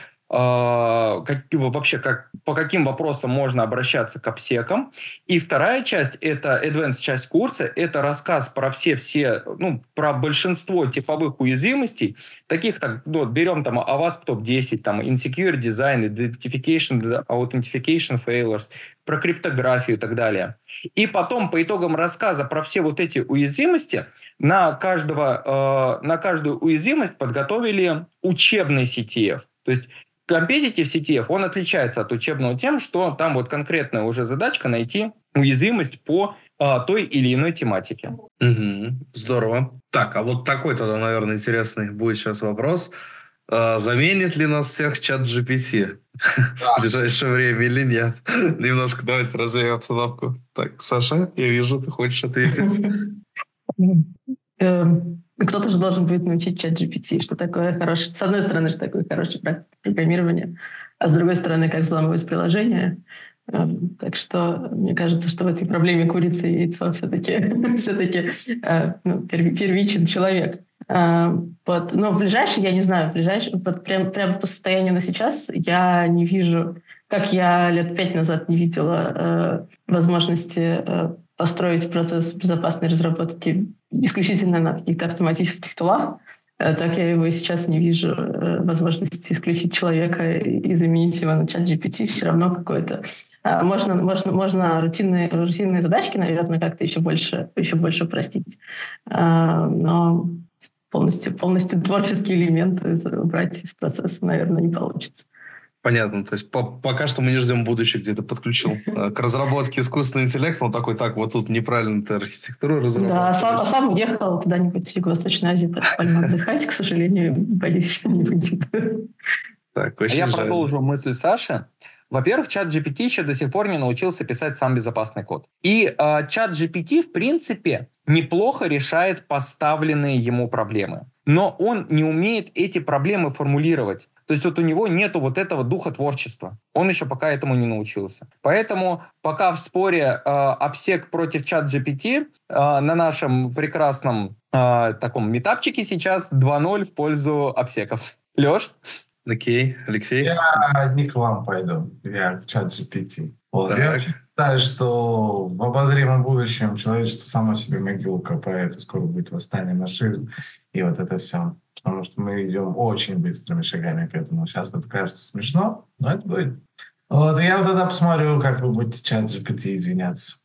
Uh, как, вообще как, по каким вопросам можно обращаться к обсекам. И вторая часть, это advanced часть курса, это рассказ про все-все, ну, про большинство типовых уязвимостей, таких, так, ну, берем там авасп топ десять, там, insecure design, identification, authentication failures, про криптографию и так далее. И потом по итогам рассказа про все вот эти уязвимости на, каждого, uh, на каждую уязвимость подготовили учебный си ти эф. То есть Competitive си ти эф, он отличается от учебного тем, что там вот конкретная уже задачка найти уязвимость по а, той или иной тематике. Угу, здорово. Так, а вот такой тогда, наверное, интересный будет сейчас вопрос. А, заменит ли нас всех чат джи пи ти в ближайшее время или нет? Немножко давайте развеем обстановку. Так, Саша, я вижу, ты хочешь ответить. Кто-то же должен будет научить чат джи пи ти, что такое хорошее... С одной стороны, что такое хорошая практика программирования, а с другой стороны, как взламывать приложение. Так что мне кажется, что в этой проблеме курицы и яйцо все-таки, все-таки ну, первичен человек. Вот. Но в ближайшее, я не знаю, в ближайшее, вот прям, прям по состоянию на сейчас я не вижу, как я лет пять назад не видела возможности построить процесс безопасной разработки исключительно на каких-то автоматических тулах, так я его и сейчас не вижу возможности исключить человека и заменить его на чат джи пи ти. Все равно какое-то... Можно, можно, можно рутинные, рутинные задачки, наверное, как-то еще больше, еще больше упростить. Но полностью, полностью творческие элементы убрать из процесса, наверное, не получится. Понятно. То есть по- пока что мы не ждем будущее, где ты подключил э, к разработке искусственный интеллект. Он такой, так, вот тут неправильно ты архитектуру разработал. Да, а сам, а сам уехал куда-нибудь в Юго-Восточную Азию под пальму отдыхать, к сожалению, боюсь, не выйдет. Так, А очень я жаль. продолжу мысль Саши. Во-первых, чат джи пи ти еще до сих пор не научился писать сам безопасный код. И э, чат джи пи ти, в принципе, неплохо решает поставленные ему проблемы. Но он не умеет эти проблемы формулировать. То есть вот у него нету вот этого духа творчества. Он еще пока этому не научился. Поэтому пока в споре э, обсек против чат джи пи ти э, на нашем прекрасном э, таком митапчике сейчас два ноль в пользу обсеков. Леш? Окей, Алексей? Я не к вам пойду, я к чат джи пи ти. Вот. Так. Я считаю, что в обозримом будущем человечество само себе могилу копает, и скоро будет восстание машин, и вот это все. Потому что мы идем очень быстрыми шагами к этому. Сейчас это кажется смешно, но это будет. Вот, и я вот тогда посмотрю, как вы будете чат джи пи ти извиняться.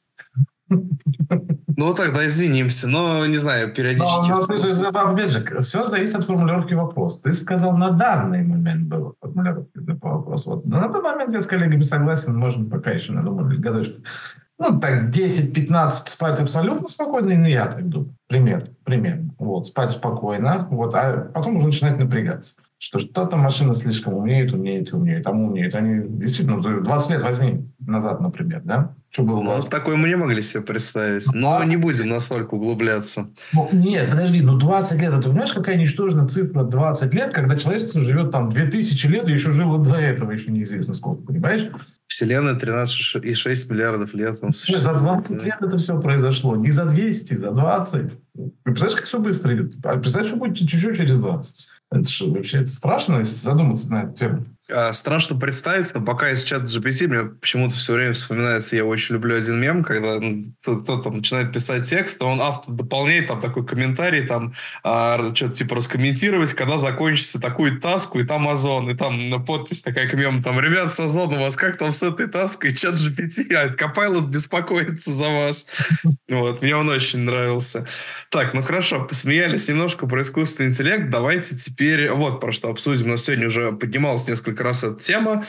Ну, тогда извинимся. Но, не знаю, периодически... Но, но ты же, опять же, все зависит от формулировки вопроса. Ты сказал, на данный момент была формулировка этого вопроса. Вот. На данный момент я с коллегами согласен, можно пока еще надумать годочек. Ну, так, десять-пятнадцать спать абсолютно спокойно, ну, я так думаю. Пример, примерно. Вот, спать спокойно, вот, а потом уже начинать напрягаться. Что что-то машина слишком умеет, умеет, умеет, там умеет. Они действительно, двадцать лет возьми назад, например, да? Что было? Ну, такое мы не могли себе представить. Но не будем настолько углубляться. Ну, нет, подожди, ну двадцать лет, ты понимаешь, какая ничтожная цифра двадцать лет, когда человечество живет там две тысячи лет и еще жило до этого, еще неизвестно сколько, понимаешь? Вселенная тринадцать и шесть миллиардов лет. Там за двадцать лет это все произошло, не за двести, за двадцать. Ты представляешь, как все быстро идет? А представляешь, что будет чуть-чуть через двадцать? Это же вообще это страшно, если задуматься на эту тему. А, страшно представить, но пока из чата джи пи ти мне почему-то все время вспоминается, я очень люблю один мем, когда ну, кто-то там начинает писать текст, а он автор дополняет там такой комментарий, там а, что-то типа раскомментировать, когда закончится такую таску, и там Озон, и там на подпись такая к мему, там, ребят, с Озон, у вас как там с этой таской? Чат джи пи ти, а Copilot беспокоится за вас. Вот, мне он очень нравился. Так, ну хорошо, посмеялись немножко про искусственный интеллект, давайте теперь вот про что обсудим. У нас сегодня уже поднималась несколько раз эта тема.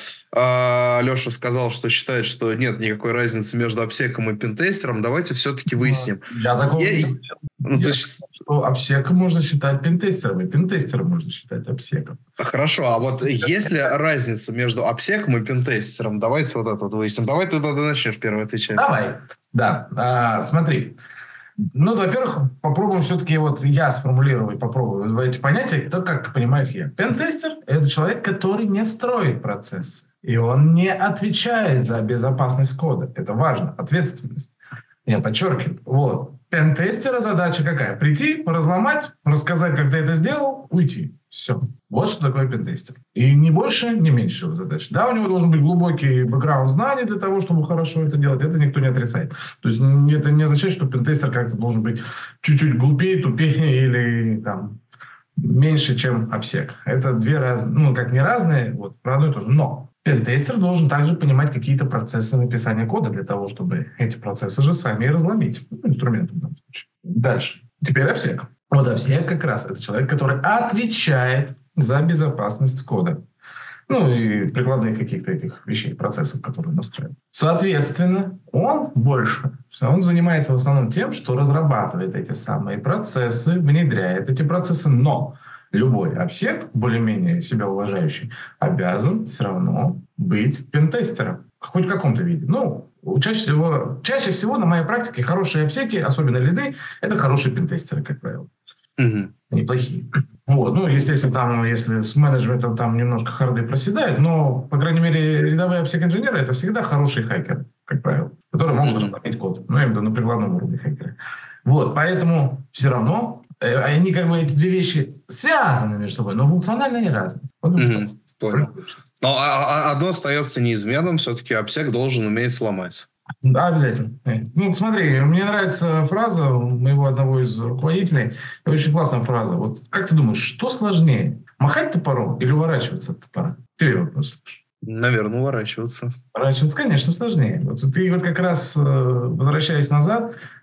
А, Леша сказал, что считает, что нет никакой разницы между обсеком и пентестером. Давайте все-таки выясним. Я такого Я- не Ну, то Я есть, что обсеком можно считать пентестером, и пентестером можно считать обсеком. хорошо, а вот есть ли разница между обсеком и пентестером? Давайте вот это вот выясним. Давай ты тогда начнешь первый отвечать. Давай. Да, а, смотри. Ну, во-первых, попробуем все-таки вот я сформулировать, попробую эти понятия, то, как понимаю их я. Пентестер – это человек, который не строит процессы, и он не отвечает за безопасность кода. Это важно, ответственность. Я подчеркиваю. Вот. Пентестера задача какая? Прийти, разломать, рассказать, как ты это сделал, уйти. Все. Вот что такое пентестер. И не больше, не меньше его задача. Да, у него должен быть глубокий бэкграунд знаний для того, чтобы хорошо это делать. Это никто не отрицает. То есть это не означает, что пентестер как-то должен быть чуть-чуть глупее, тупее или там меньше, чем обсек. Это две разные, ну, как не разные, вот, про одно и то же. Но пентестер должен также понимать какие-то процессы написания кода для того, чтобы эти процессы же сами и разломить. Ну, инструменты в данном случае. Дальше. Теперь обсек. Вот обсек как раз это человек, который отвечает за безопасность кода. Ну и прикладных каких-то этих вещей, процессов, которые настраивают. Соответственно, он больше. Он занимается в основном тем, что разрабатывает эти самые процессы, внедряет эти процессы, но любой обсек, более-менее себя уважающий, обязан все равно быть пентестером. Хоть в каком-то виде. Ну, чаще всего, чаще всего на моей практике хорошие обсеки, особенно лиды, это хорошие пентестеры, как правило. Угу. Они плохие. Вот. Ну, естественно, там, если с менеджментом там немножко харды проседают, но, по крайней мере, рядовые обсек-инженеры — это всегда хорошие хакеры, как правило, которые могут разломить код. Ну, я имею в виду на прикладном уровне хакеры. Вот. Поэтому все равно э, они, как бы, эти две вещи связаны между собой, но функционально они разные. Вот, Угу. Понял. Но а, а, одно остается неизменным, все-таки обсек должен уметь сломать. Да, обязательно. Ну, смотри, мне нравится фраза моего одного из руководителей. Очень классная фраза. Вот как ты думаешь, что сложнее? Махать топором или уворачиваться от топора? Ты вопрос слышишь. Наверное, уворачиваться. Уворачиваться, конечно, сложнее. Вот ты вот как раз, возвращаясь назад,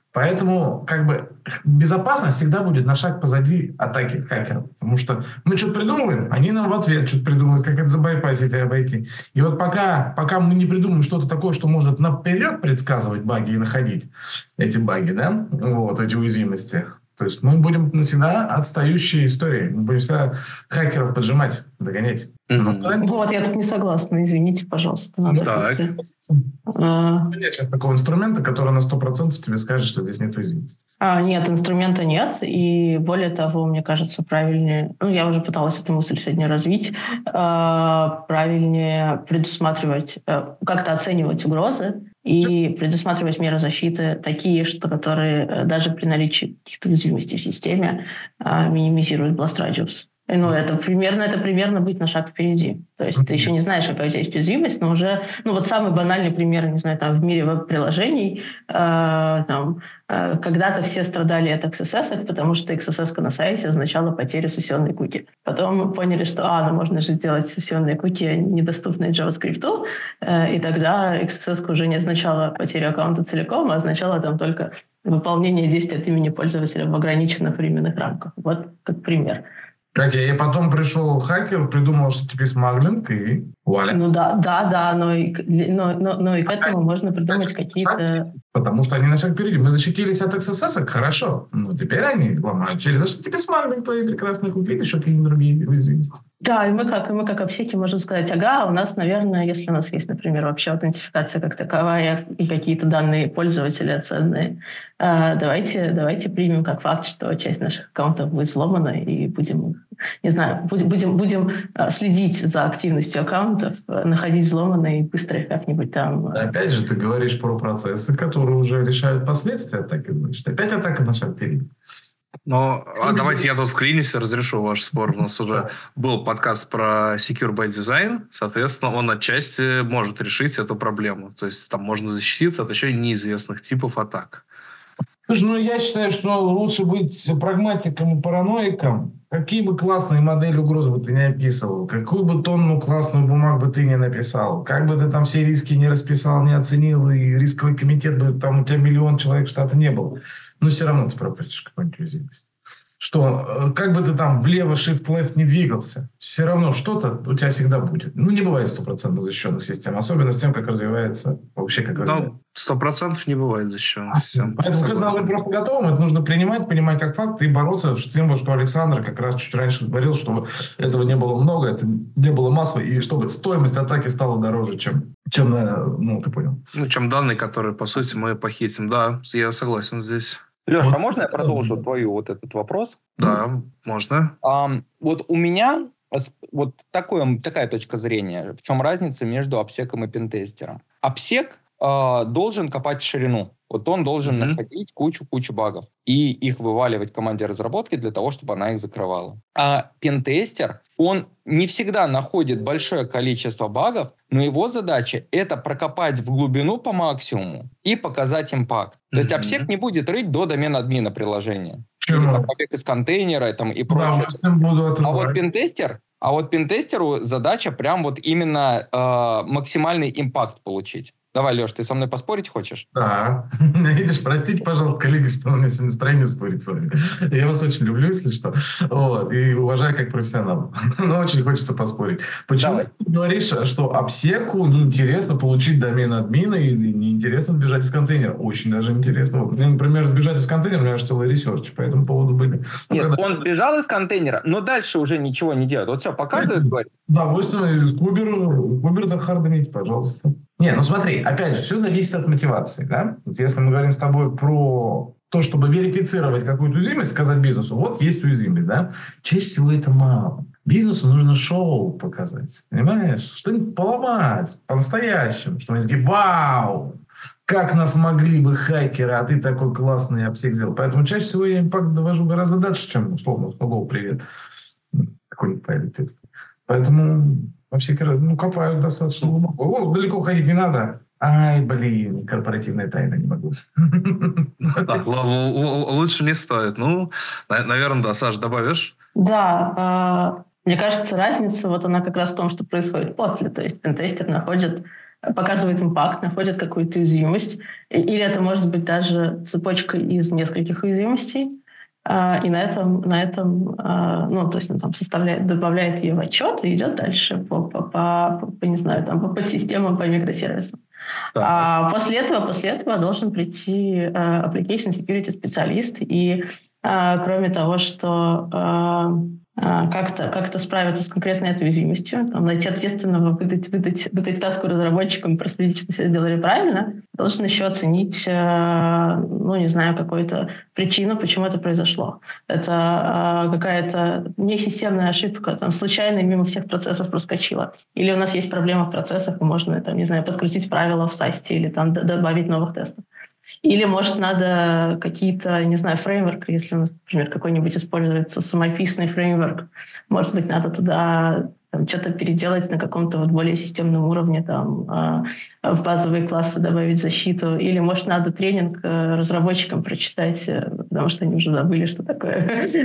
Поэтому как бы безопасность всегда будет на шаг позади атаки хакеров. Потому что мы что-то придумываем, они нам в ответ что-то придумывают, как это забайпасить и обойти. И вот пока, пока мы не придумаем что-то такое, что может наперед предсказывать баги и находить эти баги, да, вот эти уязвимости, то есть мы будем навсегда отстающей историей. Мы будем всегда хакеров поджимать, догонять. Mm-hmm. Вот, я тут не согласна, извините, пожалуйста. Надо так. А... Нет сейчас такого инструмента, который на сто процентов тебе скажет, что здесь нет уязвимости. А, нет, инструмента нет, и более того, мне кажется, правильнее, ну, я уже пыталась эту мысль сегодня развить, э, правильнее предусматривать, э, как-то оценивать угрозы и предусматривать меры защиты такие, что которые э, даже при наличии каких-то уязвимостей в системе э, минимизируют blast radius. Ну, это примерно, это примерно быть на шаг впереди. То есть mm-hmm. ты еще не знаешь, какая у тебя есть уязвимость, но уже, ну, вот самый банальный пример, не знаю, там, в мире веб-приложений, э, там, э, когда-то все страдали от икс эс эс, потому что икс эс эс на сайте означала потерю сессионной куки. Потом мы поняли, что, а, ну, можно же сделать сессионные куки, недоступные JavaScript, э, и тогда икс эс эс уже не означала потерю аккаунта целиком, а означала там только выполнение действий от имени пользователя в ограниченных временных рамках. Вот как пример. Окей, и потом пришел хакер, придумал эйч ти ти пи смаглинг и вуаля. Ну да, да, да, но и, но, но, но и к этому можно придумать какие-то... Потому что они на шаг впереди. Мы защитились от икс эс эс, хорошо. Ну, теперь они ломают через эйч ти ти пи смаглинг твои прекрасные куки, еще какие-нибудь другие уязвимости. Да, и мы как, и мы как обсеки можем сказать, ага, у нас, наверное, если у нас есть, например, вообще аутентификация как таковая и какие-то данные пользователя ценные, э, давайте, давайте примем как факт, что часть наших аккаунтов будет сломана, и будем, не знаю, будем, будем, будем следить за активностью аккаунтов, находить взломанные и быстро их как-нибудь там... Опять же, ты говоришь про процессы, которые уже решают последствия атаки, значит, опять атака на шаг впереди. Ну, а давайте я тут вклинюсь и разрешу ваш спор. У нас уже был подкаст про Secure by Design. Соответственно, он отчасти может решить эту проблему. То есть там можно защититься от еще неизвестных типов атак. Слушай, ну я считаю, что лучше быть прагматиком и параноиком. Какие бы классные модели угроз бы ты не описывал, какую бы тонну классную бумаг бы ты не написал, как бы ты там все риски не расписал, не оценил, и рисковый комитет бы там у тебя миллион человек штата не было, но все равно ты пропустишь какую-нибудь уязвимость. Что, как бы ты там влево, shift-left не двигался, все равно что-то у тебя всегда будет. Ну, не бывает стопроцентно защищенных систем, особенно с тем, как развивается вообще, как развивается. Ну, сто процентов не бывает защищенных систем. Поэтому, когда мы просто готовы, это нужно принимать, понимать как факт и бороться. Тем более, что Александр как раз чуть раньше говорил, чтобы этого не было много, это не было массово, и чтобы стоимость атаки стала дороже, чем, чем ну, ты понял. Ну, чем данные, которые, по сути, мы похитим. Да, я согласен здесь. Леша, вот. А можно я продолжу твою вот этот вопрос? Да, можно. А, вот у меня вот такое, такая точка зрения. В чем разница между обсеком и пентестером? Обсек э, должен копать в ширину. Вот он должен mm-hmm. находить кучу-кучу багов и их вываливать команде разработки для того, чтобы она их закрывала. А пентестер, он не всегда находит большое количество багов, но его задача – это прокопать в глубину по максимуму и показать импакт. То mm-hmm. есть обсек не будет рыть до домена админа приложения. Или там, побег из контейнера там, и прочее. Да, буду а вот пентестер, а вот пентестеру задача прям вот именно э, максимальный импакт получить. Давай, Леш, ты со мной поспорить хочешь? Да. Видишь, простите, пожалуйста, коллеги, что у меня сегодня настроение спорить с вами. Я вас очень люблю, если что. Вот, и уважаю как профессионала. Но очень хочется поспорить. Почему Давай. Ты говоришь, что обсеку неинтересно получить домен админа или неинтересно сбежать из контейнера? Очень даже интересно. Вот, мне, например, сбежать из контейнера, у меня аж целый ресерч по этому поводу были. Ну, Нет, когда... он сбежал из контейнера, но дальше уже ничего не делает. Вот все, показывает, говорит. Да, удовольствие, Кубер, Кубер захардонить, пожалуйста. Не, ну смотри, опять же, все зависит от мотивации, да? Вот если мы говорим с тобой про то, чтобы верифицировать какую-то уязвимость, сказать бизнесу, вот есть уязвимость, да? Чаще всего это мало. Бизнесу нужно шоу показать, понимаешь? Что-нибудь поломать по-настоящему, что они такие, вау, как нас могли бы хакеры, а ты такой классный обсек сделал. Поэтому чаще всего я импакт довожу гораздо дальше, чем условно, hello, привет, какой-нибудь файлик текста. Поэтому... Вообще, ну, копают достаточно глубоко. О, далеко ходить не надо. Ай, блин, корпоративная тайна, не могу. Лучше не стоит. Ну, наверное, да. Саш, добавишь? Да. Мне кажется, разница, вот она как раз в том, что происходит после. То есть пентестер находит показывает импакт, находит какую-то уязвимость, или это может быть даже цепочка из нескольких уязвимостей, а, и на этом, на этом а, ну, то есть он там составляет, добавляет ее в отчет и идет дальше по, по, по, по не знаю, там, по подсистемам, по микросервисам. Так. А после этого, после этого должен прийти э, application security специалист, и э, кроме того, что э, э, как-то, как-то справиться с конкретной этой уязвимостью, там, найти ответственного, выдать, выдать, выдать таску разработчикам, проследить, что все сделали правильно, должен еще оценить, э, ну, не знаю, какую-то причину, почему это произошло. Это э, какая-то несистемная ошибка, там, случайно мимо всех процессов проскочила. Или у нас есть проблема в процессах, и можно, там, не знаю, подкрутить правила в састе или там д- добавить новых тестов. Или, может, надо какие-то, не знаю, фреймворки, если у нас, например, какой-нибудь используется самописный фреймворк, может быть, надо туда там, что-то переделать на каком-то вот более системном уровне, там, э, в базовые классы добавить защиту. Или, может, надо тренинг э, разработчикам прочитать, э, потому что они уже забыли, что такое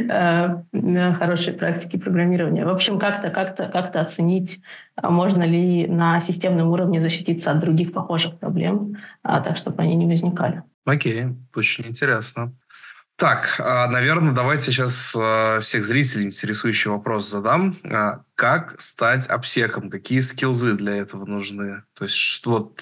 э, хорошие практики программирования. В общем, как-то, как-то, как-то оценить, можно ли на системном уровне защититься от других похожих проблем, а, так, чтобы они не возникали. Окей, очень интересно. Так, наверное, давайте сейчас всех зрителей интересующий вопрос задам. Как стать обсеком? Какие скиллзы для этого нужны? То есть вот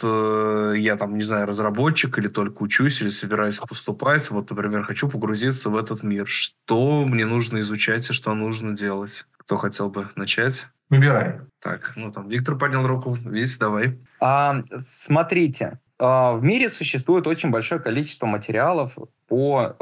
я там, не знаю, разработчик или только учусь, или собираюсь поступать. Вот, например, хочу погрузиться в этот мир. Что мне нужно изучать и что нужно делать? Кто хотел бы начать? Выбирай. Так, ну там Виктор поднял руку. Весь, давай. А, смотрите, в мире существует очень большое количество материалов по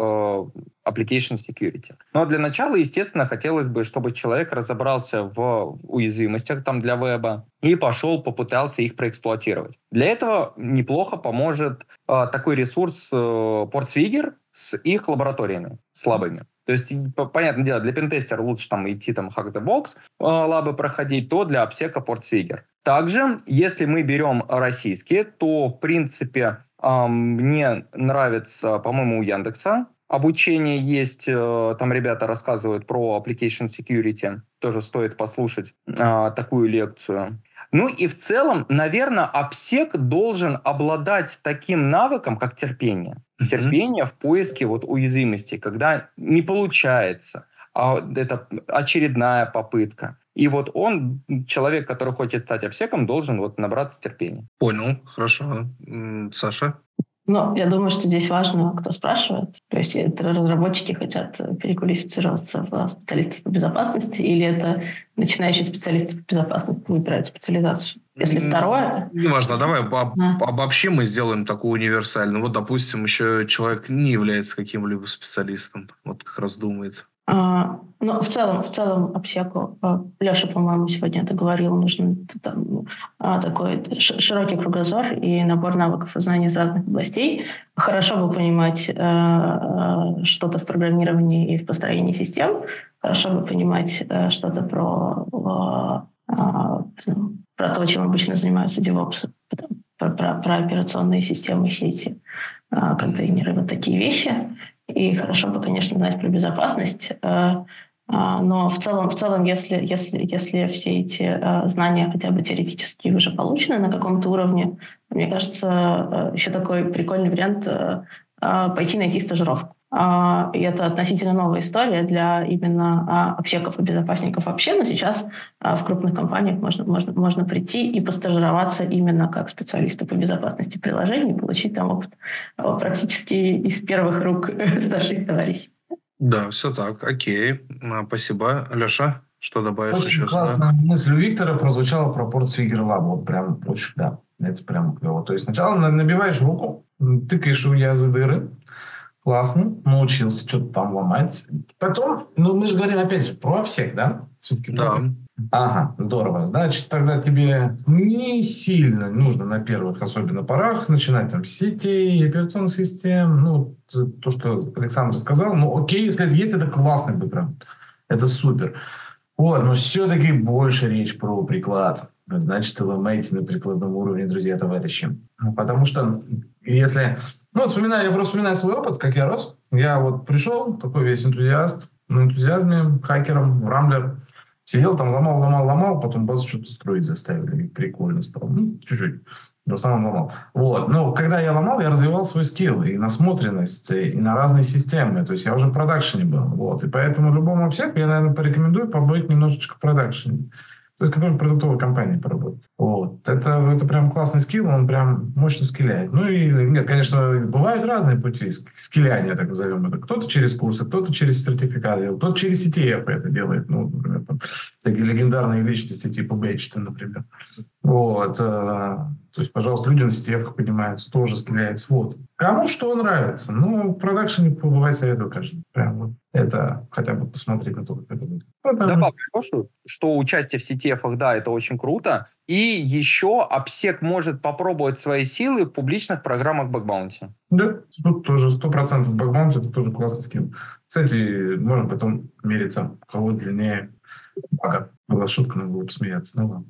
э, application security. Но для начала, естественно, хотелось бы, чтобы человек разобрался в уязвимостях там для веба и пошел, попытался их проэксплуатировать. Для этого неплохо поможет э, такой ресурс э, Portswigger с их лабораториями слабыми. То есть, понятное дело, для пентестера лучше там идти там Hack the Box, э, лабы проходить, то для обсека Portswigger. Также, если мы берем российские, то, в принципе, э, мне нравится, по-моему, у Яндекса обучение есть. Э, там ребята рассказывают про application security. Тоже стоит послушать э, такую лекцию. Ну и в целом, наверное, обсек должен обладать таким навыком, как терпение. Терпение в поиске вот уязвимостей, когда не получается, а это очередная попытка. И вот он, человек, который хочет стать обсеком, должен вот набраться терпения. Понял, хорошо. Саша? Ну, я думаю, что здесь важно, кто спрашивает. То есть это разработчики хотят переквалифицироваться в специалистов по безопасности, или это начинающие специалисты по безопасности выбирают специализацию? Если второе... Неважно, давай об, да. обобщим и сделаем такую универсальную. Вот, допустим, еще человек не является каким-либо специалистом, вот как раз думает. А, ну, в целом, в целом обсеку, Леша, по-моему, сегодня это говорил, нужен там, такой широкий кругозор и набор навыков и знаний из разных областей. Хорошо бы понимать э, что-то в программировании и в построении систем, хорошо бы понимать э, что-то про, э, э, про то, чем обычно занимаются девопсы, про, про, про операционные системы, сети, э, контейнеры, вот такие вещи. И хорошо бы, конечно, знать про безопасность, но в целом, в целом если, если, если все эти знания хотя бы теоретически уже получены на каком-то уровне, мне кажется, еще такой прикольный вариант пойти найти стажировку. И это относительно новая история для именно обсеков и безопасников вообще, но сейчас в крупных компаниях можно, можно, можно прийти и постажироваться именно как специалисту по безопасности приложений, получить там опыт практически из первых рук старших товарищей. Да, все так, окей. Спасибо. Леша, что добавить? Очень классная мысль у Виктора прозвучала про Portswigger Lab. Вот прям очень, да, это прям клево. То есть сначала набиваешь руку, тыкаешь у язы дыры, классно, научился что-то там ломать. Потом, ну мы же говорим опять же про обсек, да? Все-таки да. Про... Ага, здорово. Значит, тогда тебе не сильно нужно на первых, особенно порах, начинать там с сетей, операционных систем. Ну, то, что Александр сказал. Ну, окей, если это есть, это классный бэкграунд. Это супер. Вот, но все-таки больше речь про приклад. Значит, вы имеете на прикладном уровне, друзья, товарищи. Потому что если... Ну, вот вспоминаю, я просто вспоминаю свой опыт, как я рос. Я вот пришел, такой весь энтузиаст, на энтузиазме, хакером, в Рамблер. Сидел там, ломал, ломал, ломал, потом бас что-то строить заставили. И прикольно стало. Ну, чуть-чуть. В основном ломал. Вот. Но когда я ломал, я развивал свой скилл и насмотренность, и на разные системы. То есть я уже в продакшене был. Вот. И поэтому любому обсеку я, наверное, порекомендую побыть немножечко в продакшене. То есть какой-нибудь продуктовой компании поработать. Вот. Это, это прям классный скилл, он прям мощно скилляет. Ну и нет, конечно, бывают разные пути скилляния, так назовем это. Кто-то через курсы, кто-то через сертификат делает, кто-то через си ти эф это делает. Ну, например, там, такие легендарные личности типа Бэчта, например. Вот. То есть, пожалуйста, люди на си ти эф поднимаются, тоже скилляются. Вот. Кому что нравится. Ну, в продакшене побывать советую каждому. Прям вот это хотя бы посмотреть на то, как это будет. Добавлю, что участие в си ти эф, да, это очень круто. И еще обсек может попробовать свои силы в публичных программах бэкбаунти. Да, тут тоже сто процентов бэкбаунти, это тоже классный скилл. Кстати, можно потом мериться, у кого длиннее бага. Была шутка, надо было посмеяться. Ну ладно.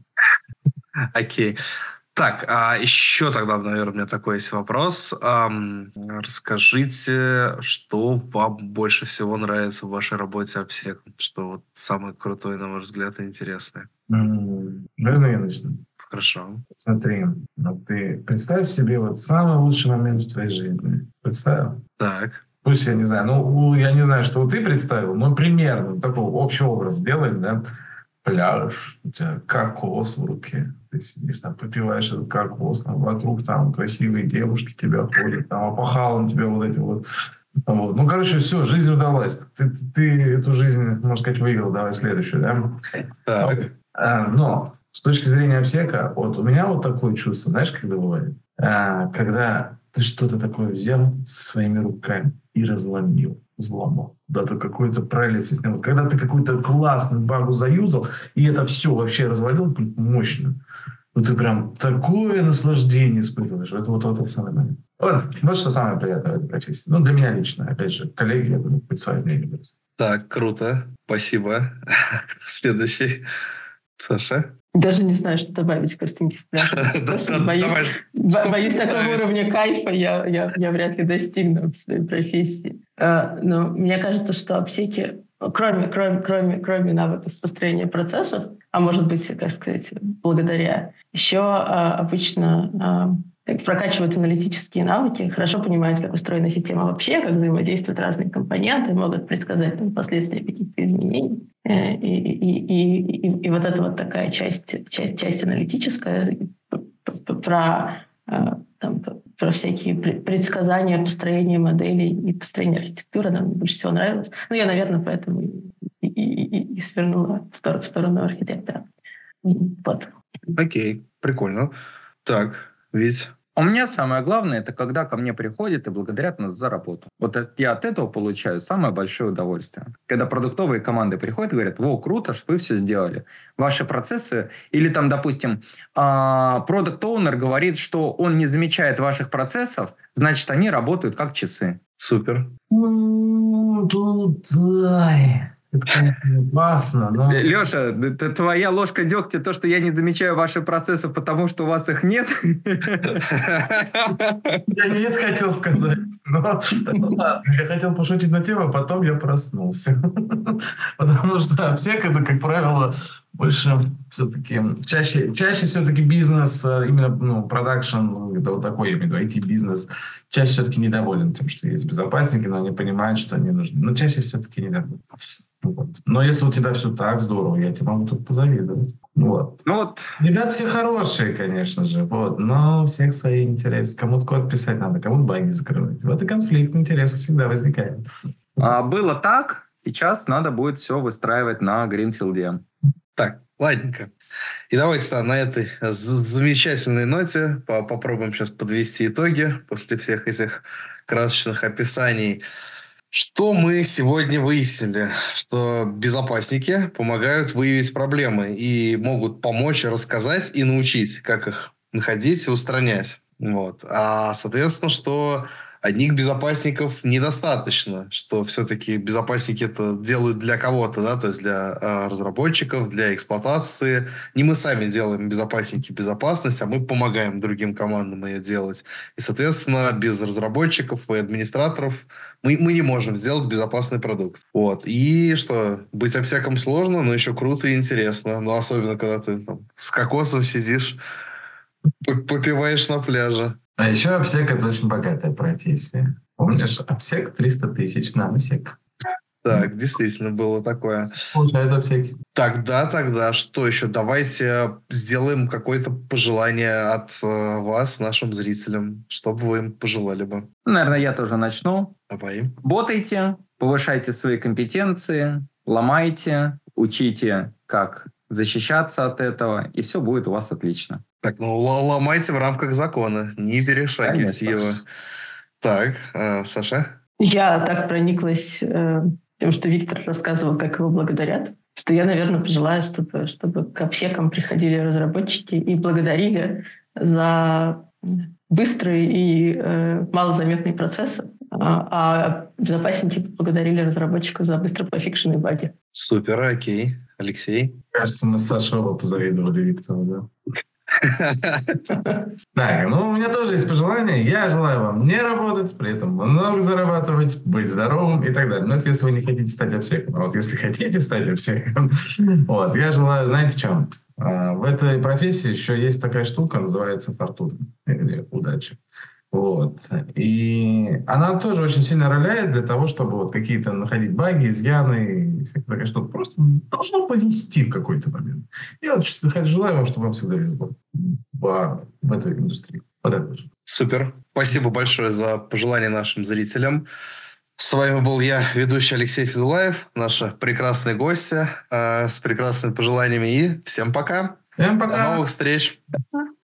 Окей. Так, а еще тогда, наверное, у меня такой есть вопрос. Эм, расскажите, что вам больше всего нравится в вашей работе обсеком? Что вот самое крутое, на ваш взгляд, и интересное? Mm, наверное, я начну. Хорошо. Смотри, вот ты представь себе вот самый лучший момент в твоей жизни. Представил? Так. Пусть я не знаю, ну, я не знаю, что ты представил, но примерно такой общий образ сделаем, да? Пляж, у тебя кокос в руке, ты сидишь там, попиваешь этот кокос, там вокруг там красивые девушки тебя ходят, там опахалом тебя вот эти вот. Вот. Ну, короче, все, жизнь удалась. Ты, ты, ты эту жизнь, можно сказать, выиграл, давай следующую, да? Так. А, но с точки зрения обсека, вот у меня вот такое чувство, знаешь, когда бывает? А, когда ты что-то такое взял со своими руками и разломил, взломал. Да, ты какой-то прелесть снял. Вот когда ты какую-то классную багу заюзал, и это все вообще развалил мощно, ну ты прям такое наслаждение испытываешь. Это вот, вот этот самый момент. Вот, вот что самое приятное в этой профессии. Ну, для меня лично. Опять же, коллеги, я думаю, хоть свое мнение просто. Так, круто. Спасибо. Следующий. Саша? Даже не знаю, что добавить к картинке с пляжем. Боюсь, боюсь такого уровня кайфа я, я, я вряд ли достигну в своей профессии. Но мне кажется, что обсеки, кроме, кроме, кроме, кроме навыков построения процессов, а может быть, как сказать, благодаря, еще обычно прокачивают аналитические навыки, хорошо понимают, как устроена система вообще, как взаимодействуют разные компоненты, могут предсказать там, последствия каких-то изменений. И, и, и, и, и вот это вот такая часть, часть, часть аналитическая про, там, про всякие предсказания, построение моделей и построение архитектуры нам больше всего нравилось. Ну, я, наверное, поэтому и, и, и, и свернула в сторону, в сторону архитектора. Вот. Окей, прикольно. Так, Вить? У меня самое главное, это когда ко мне приходят и благодарят нас за работу. Вот я от этого получаю самое большое удовольствие. Когда продуктовые команды приходят и говорят: «Во, круто, что вы все сделали. Ваши процессы...» Или там, допустим, продукт-оунер говорит, что он не замечает ваших процессов, значит, они работают как часы. Супер. Ну, тут, ай... Это, конечно, классно, но... Леша, это твоя ложка дегтя, то, что я не замечаю ваши процессы, потому что у вас их нет? Я нет хотел сказать. Но, ну, ладно, я хотел пошутить на тему, а потом я проснулся. Потому что всех это, как правило, больше все-таки... Чаще, чаще все-таки бизнес, именно ну, продакшн, это вот такой, я имею в виду, ай ти-бизнес, чаще все-таки недоволен тем, что есть безопасники, но они понимают, что они нужны. Но чаще все-таки недоволен. Вот. Но если у тебя все так здорово, я тебе могу тут позавидовать. Вот. Ну, вот. Ребята все хорошие, конечно же, вот, но у всех свои интересы. Кому-то код писать надо, кому-то баги закрывать. Вот и конфликт интересов всегда возникает. А, было так, сейчас надо будет все выстраивать на гринфилде. Так, ладненько. И давайте на этой замечательной ноте попробуем сейчас подвести итоги после всех этих красочных описаний. Что мы сегодня выяснили? Что безопасники помогают выявить проблемы и могут помочь рассказать и научить, как их находить и устранять. Вот. А, соответственно, что одних безопасников недостаточно, что все-таки безопасники это делают для кого-то, да, то есть для э, разработчиков, для эксплуатации. Не мы сами делаем безопасники безопасность, а мы помогаем другим командам ее делать. И, соответственно, без разработчиков и администраторов мы, мы не можем сделать безопасный продукт. Вот. И что, быть обсеком сложно, но еще круто и интересно. Ну, особенно, когда ты там, с кокосом сидишь, попиваешь на пляже. А еще обсек — это очень богатая профессия. Помнишь, обсек триста тысяч наносек. Так, действительно было такое. Получают обсеки. Тогда, тогда, что еще? Давайте сделаем какое-то пожелание от э, вас, нашим зрителям. Что бы вы им пожелали бы? Наверное, я тоже начну. Давай. Работайте, повышайте свои компетенции, ломайте, учите, как защищаться от этого, и все будет у вас отлично. Так, ну л- ломайте в рамках закона, не перешагивайте Конечно. его. Так, э, Саша? Я так прониклась э, тем, что Виктор рассказывал, как его благодарят, что я, наверное, пожелаю, чтобы, чтобы к обсекам приходили разработчики и благодарили за быстрые и э, малозаметные процессы, а, а безопасники поблагодарили разработчиков за быстро пофикшенные баги. Супер, окей. Алексей? Кажется, мы с Сашей оба позавидовали Виктору, да? Так, ну у меня тоже есть пожелание. Я желаю вам не работать, при этом много зарабатывать, быть здоровым и так далее. Но это если вы не хотите стать обсеком. А вот если хотите стать обсеком, вот, я желаю, знаете, чем? В этой профессии еще есть такая штука, называется фортуна или удача. Вот. И она тоже очень сильно роляет для того, чтобы вот какие-то находить баги, изъяны и всякое такое, что просто должно повезти в какой-то момент. Я вот желаю вам, чтобы вам всегда везло в, в этой индустрии. Вот это же. Супер. Спасибо большое за пожелания нашим зрителям. С вами был я, ведущий Алексей Федулаев, наша прекрасная гостья э, с прекрасными пожеланиями. И всем пока. Всем пока. До новых встреч. Пока.